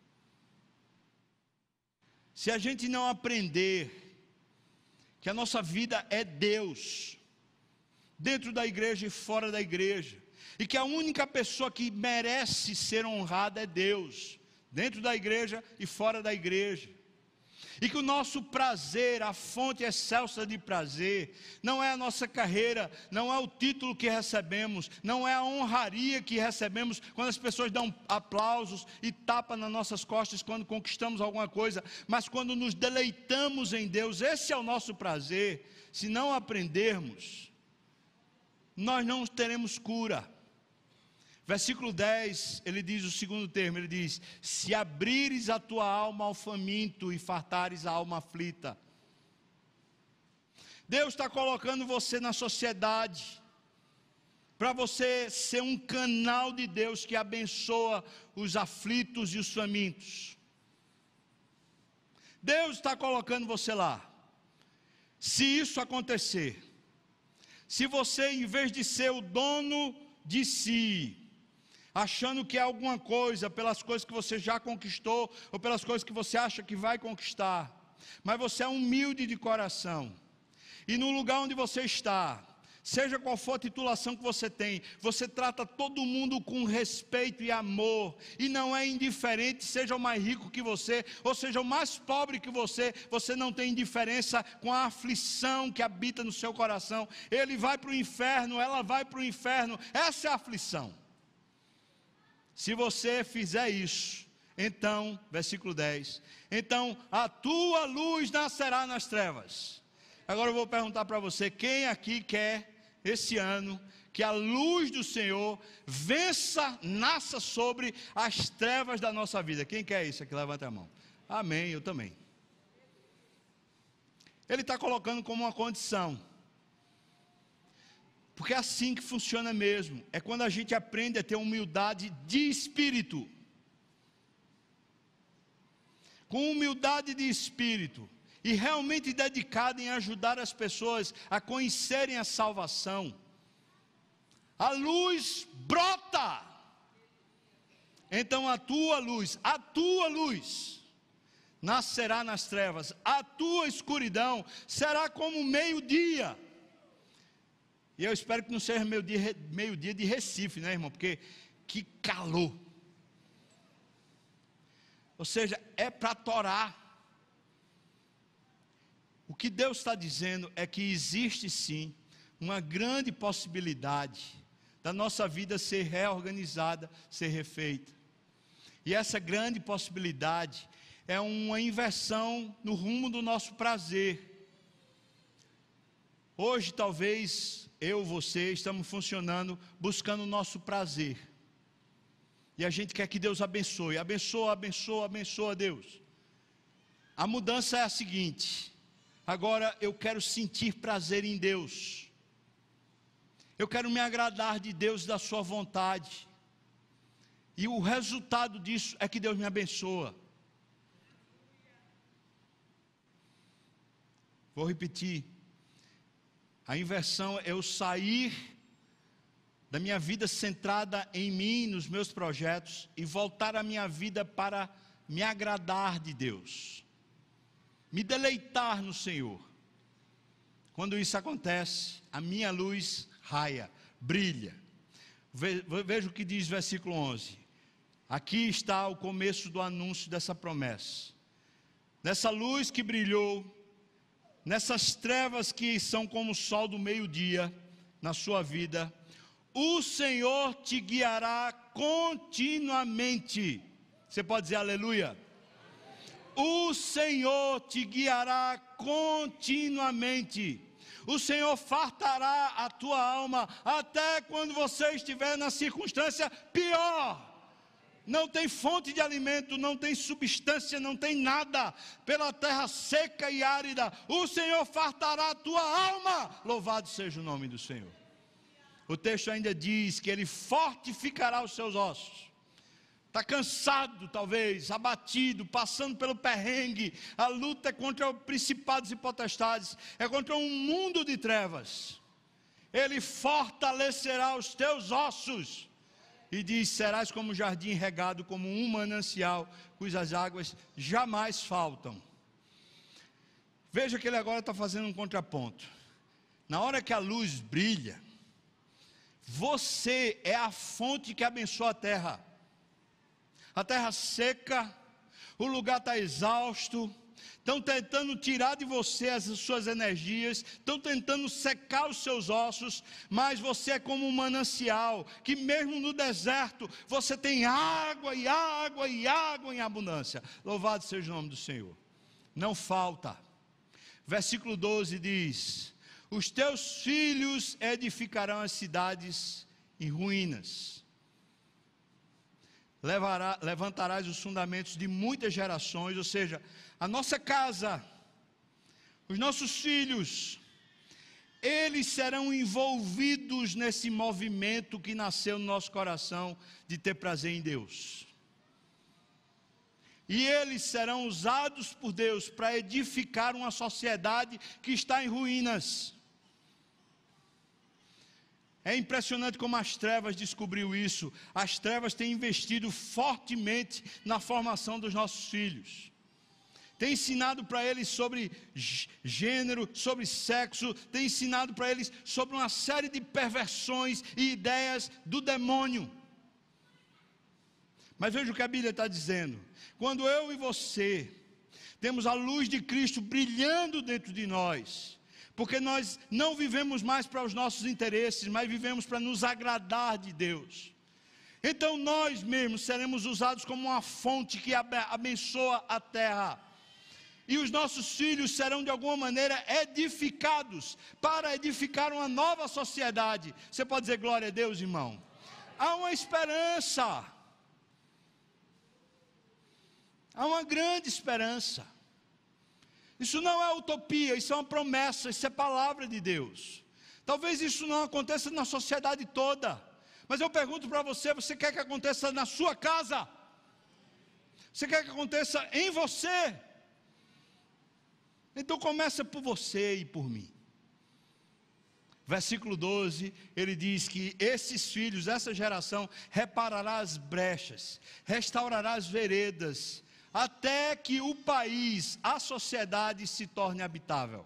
Se a gente não aprender que a nossa vida é Deus, dentro da igreja e fora da igreja, e que a única pessoa que merece ser honrada é Deus, dentro da igreja e fora da igreja, e que o nosso prazer, a fonte excelsa de prazer, não é a nossa carreira, não é o título que recebemos, não é a honraria que recebemos quando as pessoas dão aplausos e tapam nas nossas costas quando conquistamos alguma coisa, mas quando nos deleitamos em Deus, esse é o nosso prazer. Se não aprendermos, nós não teremos cura. Versículo dez, ele diz o segundo termo, ele diz: se abrires a tua alma ao faminto e fartares a alma aflita. Deus está colocando você na sociedade, para você ser um canal de Deus que abençoa os aflitos e os famintos. Deus está colocando você lá. Se isso acontecer, se você, em vez de ser o dono de si, achando que é alguma coisa, pelas coisas que você já conquistou, ou pelas coisas que você acha que vai conquistar, mas você é humilde de coração, e no lugar onde você está, seja qual for a titulação que você tem, você trata todo mundo com respeito e amor, e não é indiferente, seja o mais rico que você, ou seja o mais pobre que você, você não tem indiferença com a aflição que habita no seu coração. Ele vai para o inferno, ela vai para o inferno, essa é a aflição. Se você fizer isso, então, versículo dez, então a tua luz nascerá nas trevas. Agora eu vou perguntar para você: quem aqui quer, esse ano, que a luz do Senhor vença, nasça sobre as trevas da nossa vida? Quem quer isso aqui? Levanta a mão. Amém, eu também. Ele está colocando como uma condição, porque é assim que funciona mesmo, é quando a gente aprende a ter humildade de espírito. Com humildade de espírito, e realmente dedicado em ajudar as pessoas a conhecerem a salvação, a luz brota. Então a tua luz, a tua luz, nascerá nas trevas, a tua escuridão será como meio-dia. E eu espero que não seja meio-dia meio-dia de Recife, né, irmão? Porque que calor. Ou seja, é para torar. O que Deus está dizendo é que existe sim uma grande possibilidade da nossa vida ser reorganizada, ser refeita. E essa grande possibilidade é uma inversão no rumo do nosso prazer. Hoje talvez eu, você, estamos funcionando buscando o nosso prazer, e a gente quer que Deus abençoe, abençoa, abençoa, abençoa Deus. A mudança é a seguinte: agora eu quero sentir prazer em Deus, eu quero me agradar de Deus e da sua vontade, e o resultado disso é que Deus me abençoa. Vou repetir. A inversão é eu sair da minha vida centrada em mim, nos meus projetos, e voltar a minha vida para me agradar de Deus, me deleitar no Senhor. Quando isso acontece, a minha luz raia, brilha. Veja o que diz o versículo onze. Aqui está o começo do anúncio dessa promessa. Nessa luz que brilhou, nessas trevas que são como o sol do meio-dia na sua vida, o Senhor te guiará continuamente. Você pode dizer aleluia? O Senhor te guiará continuamente. O Senhor fartará a tua alma até quando você estiver na circunstância pior. Não tem fonte de alimento, não tem substância, não tem nada. Pela terra seca e árida, o Senhor fartará a tua alma. Louvado seja o nome do Senhor. O texto ainda diz que Ele fortificará os seus ossos. Está cansado talvez, abatido, passando pelo perrengue. A luta é contra principados e potestades, é contra um mundo de trevas. Ele fortalecerá os teus ossos. E diz, serás como um jardim regado, como um manancial, cujas águas jamais faltam. Veja que ele agora está fazendo um contraponto. Na hora que a luz brilha, você é a fonte que abençoa a terra. A terra seca, o lugar está exausto, estão tentando tirar de você as suas energias, estão tentando secar os seus ossos, mas você é como um manancial, que mesmo no deserto, você tem água e água e água em abundância. Louvado seja o nome do Senhor. Não falta. Versículo doze diz, os teus filhos edificarão as cidades em ruínas. Levará, levantarás os fundamentos de muitas gerações, ou seja, a nossa casa, os nossos filhos, eles serão envolvidos nesse movimento que nasceu no nosso coração de ter prazer em Deus. E eles serão usados por Deus para edificar uma sociedade que está em ruínas. É impressionante como as trevas descobriu isso. As trevas têm investido fortemente na formação dos nossos filhos. Tem ensinado para eles sobre gênero, sobre sexo, tem ensinado para eles sobre uma série de perversões e ideias do demônio. Mas veja o que a Bíblia está dizendo. Quando eu e você temos a luz de Cristo brilhando dentro de nós, porque nós não vivemos mais para os nossos interesses, mas vivemos para nos agradar de Deus. Então nós mesmos seremos usados como uma fonte que abençoa a terra. E os nossos filhos serão de alguma maneira edificados para edificar uma nova sociedade. Você pode dizer glória a Deus, irmão? Há uma esperança. Há uma grande esperança. Isso não é utopia, isso é uma promessa, isso é palavra de Deus. Talvez isso não aconteça na sociedade toda, mas eu pergunto para você, você quer que aconteça na sua casa? Você quer que aconteça em você? Então começa por você e por mim. Versículo doze, ele diz que esses filhos, essa geração, reparará as brechas, restaurará as veredas, até que o país, a sociedade se torne habitável.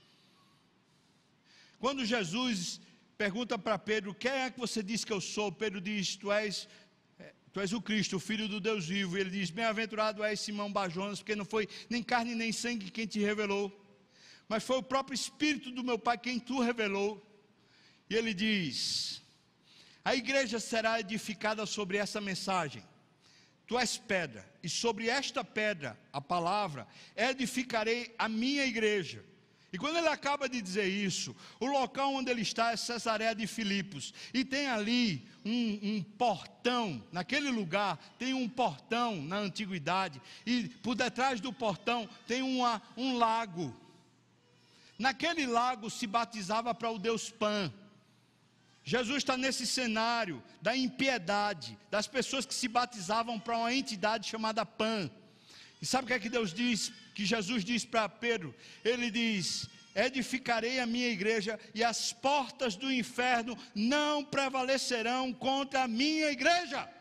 Quando Jesus pergunta para Pedro, quem é que você diz que eu sou? Pedro diz, tu és, tu és o Cristo, o Filho do Deus vivo. E ele diz, bem-aventurado és Simão Barjonas, porque não foi nem carne nem sangue quem te revelou, mas foi o próprio Espírito do meu Pai quem tu revelou. E ele diz, a igreja será edificada sobre essa mensagem. Tu és pedra, e sobre esta pedra, a palavra, edificarei a minha igreja. E quando ele acaba de dizer isso, o local onde ele está é Cesareia de Filipos, e tem ali um, um portão, naquele lugar tem um portão na antiguidade, e por detrás do portão tem uma, um lago. Naquele lago se batizava para o Deus Pan. Jesus está nesse cenário da impiedade, das pessoas que se batizavam para uma entidade chamada Pan. E sabe o que é que Deus diz, que Jesus diz para Pedro? Ele diz, edificarei a minha igreja e as portas do inferno não prevalecerão contra a minha igreja.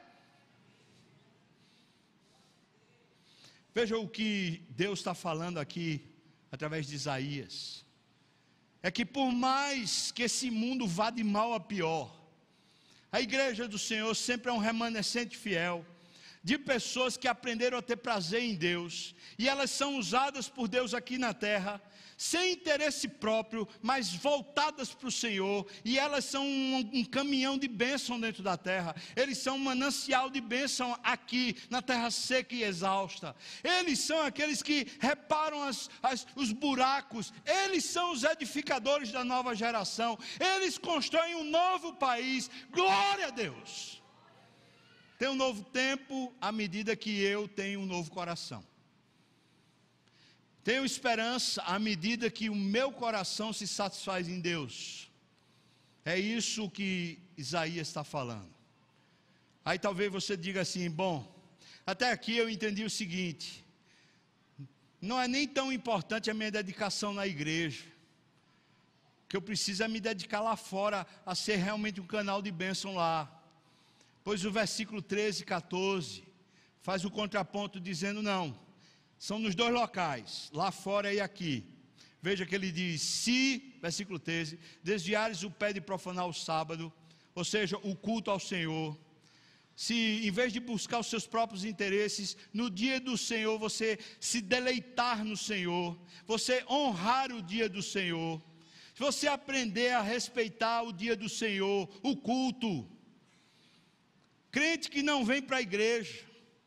Veja o que Deus está falando aqui, através de Isaías. É que por mais que esse mundo vá de mal a pior, a igreja do Senhor sempre é um remanescente fiel. de pessoas que aprenderam a ter prazer em Deus, e elas são usadas por Deus aqui na terra, sem interesse próprio, mas voltadas para o Senhor, e elas são um, um caminhão de bênção dentro da terra. Eles são um manancial de bênção aqui, na terra seca e exausta. Eles são aqueles que reparam as, as, os buracos. Eles são os edificadores da nova geração. Eles constroem um novo país. Glória a Deus! Tem um novo tempo à medida que eu tenho um novo coração. Tenho esperança à medida que o meu coração se satisfaz em Deus. É isso que Isaías está falando. Aí talvez você diga assim: bom, até aqui eu entendi o seguinte: não é nem tão importante a minha dedicação na igreja, que eu preciso é me dedicar lá fora a ser realmente um canal de bênção lá. Pois o versículo treze e catorze faz o contraponto dizendo: não, são nos dois locais, lá fora e aqui. Veja que ele diz: se, versículo treze, desviares o pé de profanar o sábado, ou seja, o culto ao Senhor, se em vez de buscar os seus próprios interesses, no dia do Senhor você se deleitar no Senhor, você honrar o dia do Senhor, se você aprender a respeitar o dia do Senhor, o culto. Crente que não vem para a igreja,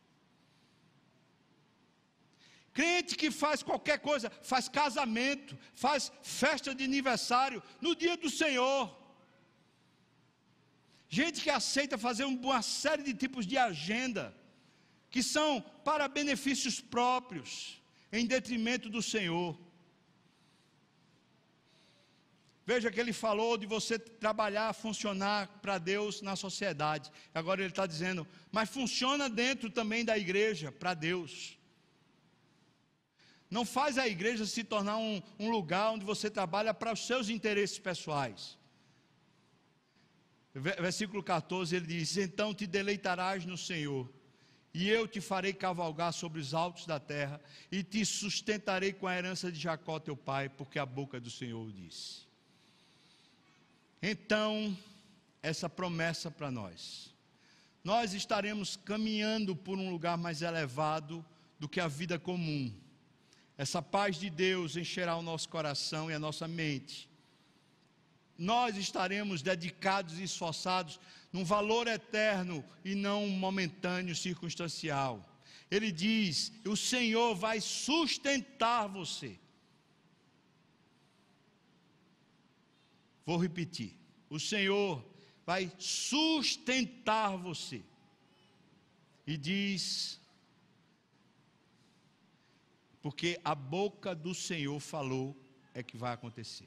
crente que faz qualquer coisa, faz casamento, faz festa de aniversário no dia do Senhor. Gente que aceita fazer uma série de tipos de agenda, que são para benefícios próprios, em detrimento do Senhor. Veja que ele falou de você trabalhar, funcionar para Deus na sociedade. Agora ele está dizendo, mas funciona dentro também da igreja, para Deus. Não faz a igreja se tornar um, um lugar onde você trabalha para os seus interesses pessoais. Versículo catorze, ele diz: então te deleitarás no Senhor, e eu te farei cavalgar sobre os altos da terra, e te sustentarei com a herança de Jacó teu pai, porque a boca do Senhor o disse. Então, essa promessa para nós, nós estaremos caminhando por um lugar mais elevado do que a vida comum. Essa paz de Deus encherá o nosso coração e a nossa mente. Nós estaremos dedicados e esforçados num valor eterno e não momentâneo, circunstancial. Ele diz: o Senhor vai sustentar você. Vou repetir: o Senhor vai sustentar você. E diz: porque a boca do Senhor falou, é que vai acontecer.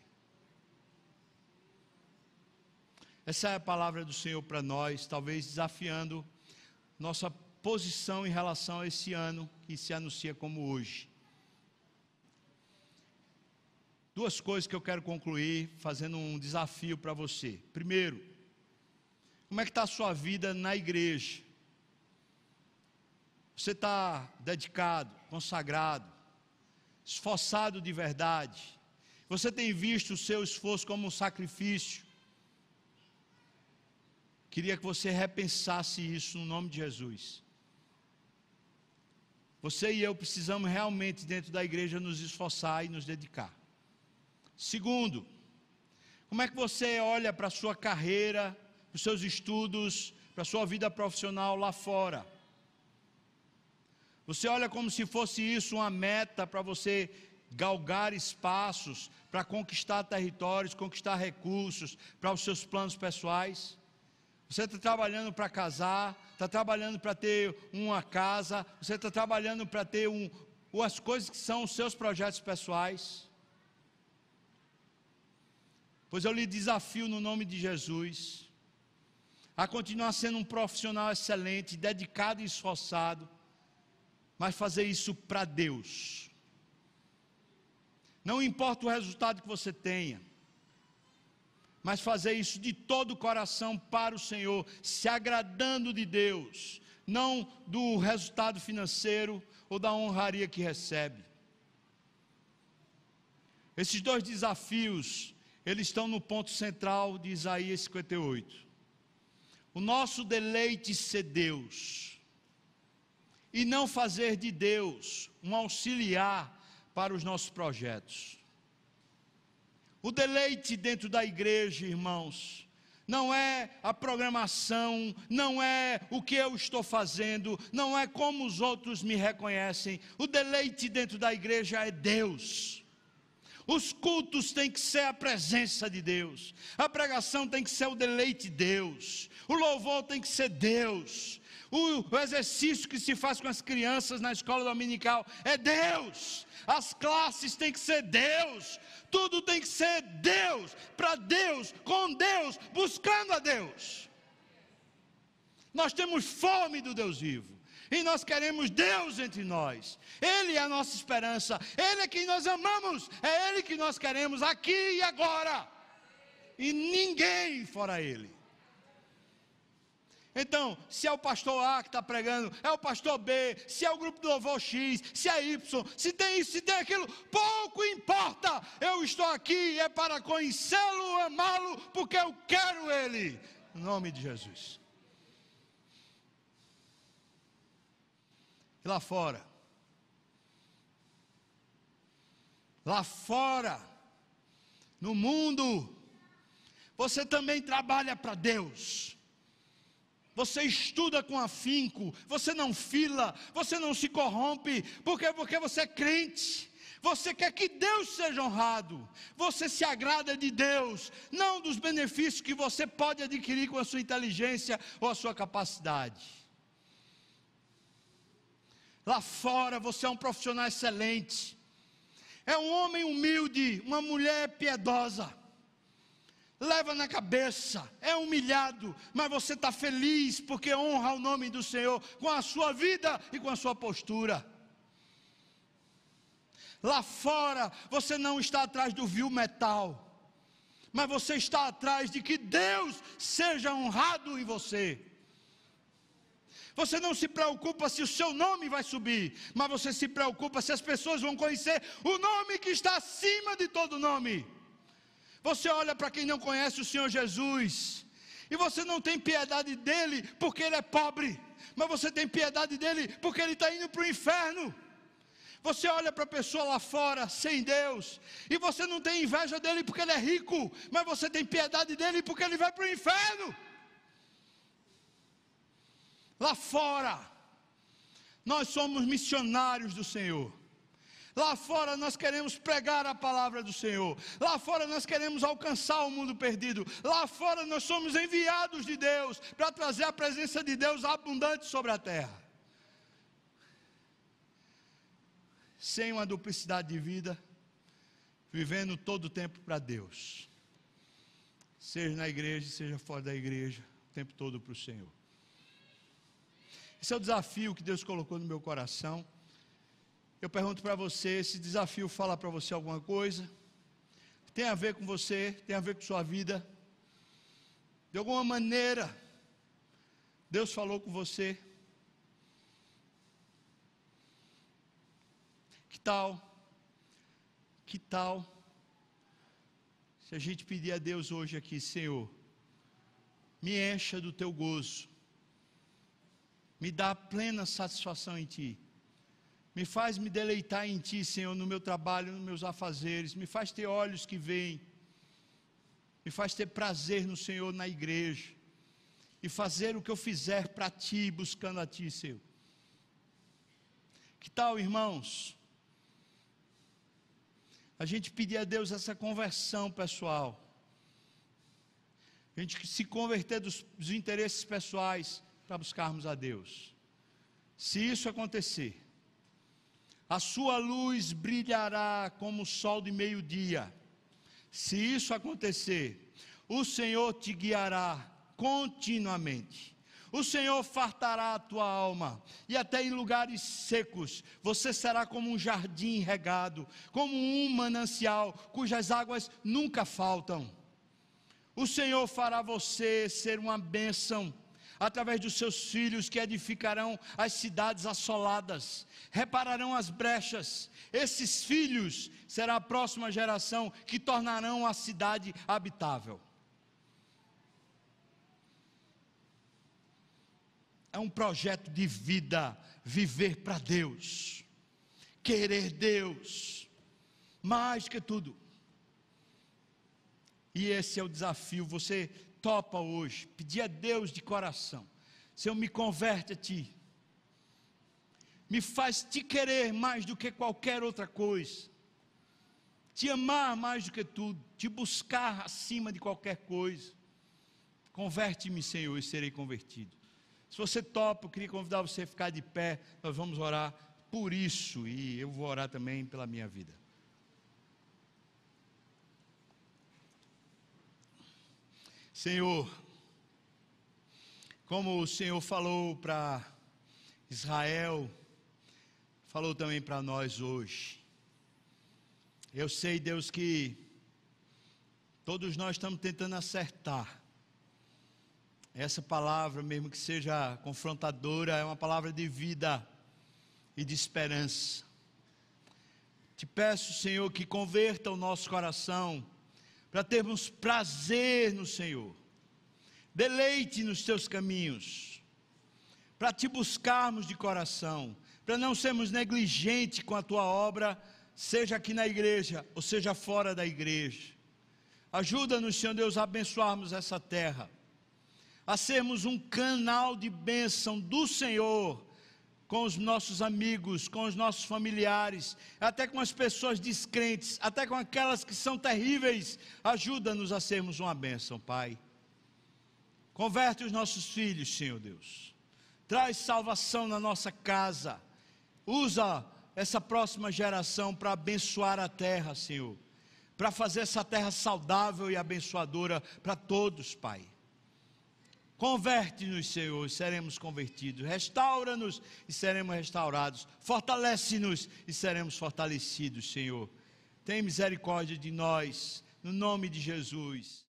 Essa é a palavra do Senhor para nós, talvez desafiando nossa posição em relação a esse ano que se anuncia como hoje. Duas coisas que eu quero concluir fazendo um desafio para você. Primeiro, como é que está a sua vida na igreja? Você está dedicado, consagrado, esforçado de verdade? Você tem visto o seu esforço como um sacrifício? Queria que você repensasse isso no nome de Jesus. Você e eu precisamos realmente dentro da igreja nos esforçar e nos dedicar. Segundo, como é que você olha para a sua carreira, para os seus estudos, para a sua vida profissional lá fora? Você olha como se fosse isso uma meta para você galgar espaços, para conquistar territórios, conquistar recursos, para os seus planos pessoais? Você está trabalhando para casar, está trabalhando para ter uma casa, você está trabalhando para ter um, as coisas que são os seus projetos pessoais? Pois eu lhe desafio no nome de Jesus a continuar sendo um profissional excelente, dedicado e esforçado, mas fazer isso para Deus. Não importa o resultado que você tenha, mas fazer isso de todo o coração para o Senhor, se agradando de Deus, não do resultado financeiro ou da honraria que recebe. Esses dois desafios, eles estão no ponto central de Isaías cinquenta e oito. O nosso deleite ser Deus. e não fazer de Deus um auxiliar para os nossos projetos. O deleite dentro da igreja, irmãos, não é a programação, não é o que eu estou fazendo, não é como os outros me reconhecem. O deleite dentro da igreja é Deus. Os cultos têm que ser a presença de Deus, a pregação tem que ser o deleite de Deus, o louvor tem que ser Deus, o, o exercício que se faz com as crianças na escola dominical é Deus, as classes têm que ser Deus, tudo tem que ser Deus, para Deus, com Deus, buscando a Deus. Nós temos fome do Deus vivo, e nós queremos Deus entre nós. Ele é a nossa esperança, Ele é quem nós amamos, é Ele que nós queremos aqui e agora, e ninguém fora Ele. Então, se é o pastor A que está pregando, é o pastor B, se é o grupo do louvor X, se é Y, se tem isso, se tem aquilo, pouco importa. Eu estou aqui é para conhecê-lo, amá-lo, porque eu quero Ele, em nome de Jesus. E lá fora, lá fora, no mundo, você também trabalha para Deus. Você estuda com afinco, você não fila, você não se corrompe, porque, porque você é crente, você quer que Deus seja honrado, você se agrada de Deus, não dos benefícios que você pode adquirir com a sua inteligência ou a sua capacidade. Lá fora você é um profissional excelente, é um homem humilde, uma mulher piedosa, leva na cabeça, é humilhado, mas você está feliz porque honra o nome do Senhor com a sua vida e com a sua postura. Lá fora você não está atrás do vil metal, mas você está atrás de que Deus seja honrado em você. Você não se preocupa se o seu nome vai subir, mas você se preocupa se as pessoas vão conhecer o nome que está acima de todo nome. Você olha para quem não conhece o Senhor Jesus, e você não tem piedade dele porque ele é pobre, mas você tem piedade dele porque ele está indo para o inferno. Você olha para a pessoa lá fora, sem Deus, e você não tem inveja dele porque ele é rico, mas você tem piedade dele porque ele vai para o inferno. Lá fora, nós somos missionários do Senhor. Lá fora nós queremos pregar a palavra do Senhor. Lá fora nós queremos alcançar o mundo perdido. Lá fora nós somos enviados de Deus para trazer a presença de Deus abundante sobre a terra. Sem uma duplicidade de vida, vivendo todo o tempo para Deus. Seja na igreja, seja fora da igreja, o tempo todo para o Senhor. Esse é o desafio que Deus colocou no meu coração. Eu pergunto para você, esse desafio fala para você alguma coisa? Tem a ver com você, tem a ver com sua vida? De alguma maneira, Deus falou com você? Que tal? Que tal? Se a gente pedir a Deus hoje aqui, Senhor, me encha do teu gozo, me dá plena satisfação em Ti. Me faz me deleitar em Ti, Senhor, no meu trabalho, nos meus afazeres. Me faz ter olhos que veem. Me faz ter prazer no Senhor na igreja. E fazer o que eu fizer para Ti, buscando a Ti, Senhor. Que tal, irmãos? A gente pedir a Deus essa conversão pessoal. A gente se converter dos, dos interesses pessoais para buscarmos a Deus. Se isso acontecer, a sua luz brilhará como o sol de meio-dia. Se isso acontecer, o Senhor te guiará continuamente. O Senhor fartará a tua alma, e até em lugares secos, você será como um jardim regado, como um manancial, cujas águas nunca faltam. O Senhor fará você ser uma bênção, através dos seus filhos que edificarão as cidades assoladas, repararão as brechas. Esses filhos será a próxima geração que tornarão a cidade habitável. é um projeto de vida, viver para Deus, querer Deus, mais que tudo. E esse é o desafio. Você topa hoje, pedir a Deus de coração: Senhor, me converte a Ti, me faz Te querer mais do que qualquer outra coisa, Te amar mais do que tudo, Te buscar acima de qualquer coisa. Converte-me, Senhor, e serei convertido. Se você topa, eu queria convidar você a ficar de pé. Nós vamos orar por isso, e eu vou orar também pela minha vida. Senhor, como o Senhor falou para Israel, falou também para nós hoje. Eu sei, Deus, que todos nós estamos tentando acertar. Essa palavra, mesmo que seja confrontadora, é uma palavra de vida e de esperança. Te peço, Senhor, que converta o nosso coração, para termos prazer no Senhor, deleite nos Teus caminhos, para Te buscarmos de coração, para não sermos negligentes com a Tua obra, seja aqui na igreja, ou seja fora da igreja. Ajuda-nos, Senhor Deus, a abençoarmos essa terra, a sermos um canal de bênção do Senhor, com os nossos amigos, com os nossos familiares, até com as pessoas descrentes, até com aquelas que são terríveis. Ajuda-nos a sermos uma bênção, Pai. Converte os nossos filhos, Senhor Deus, traz salvação na nossa casa, usa essa próxima geração para abençoar a terra, Senhor, para fazer essa terra saudável e abençoadora para todos, Pai. Converte-nos, Senhor, e seremos convertidos. Restaura-nos e seremos restaurados. Fortalece-nos e seremos fortalecidos, Senhor. Tem misericórdia de nós, no nome de Jesus.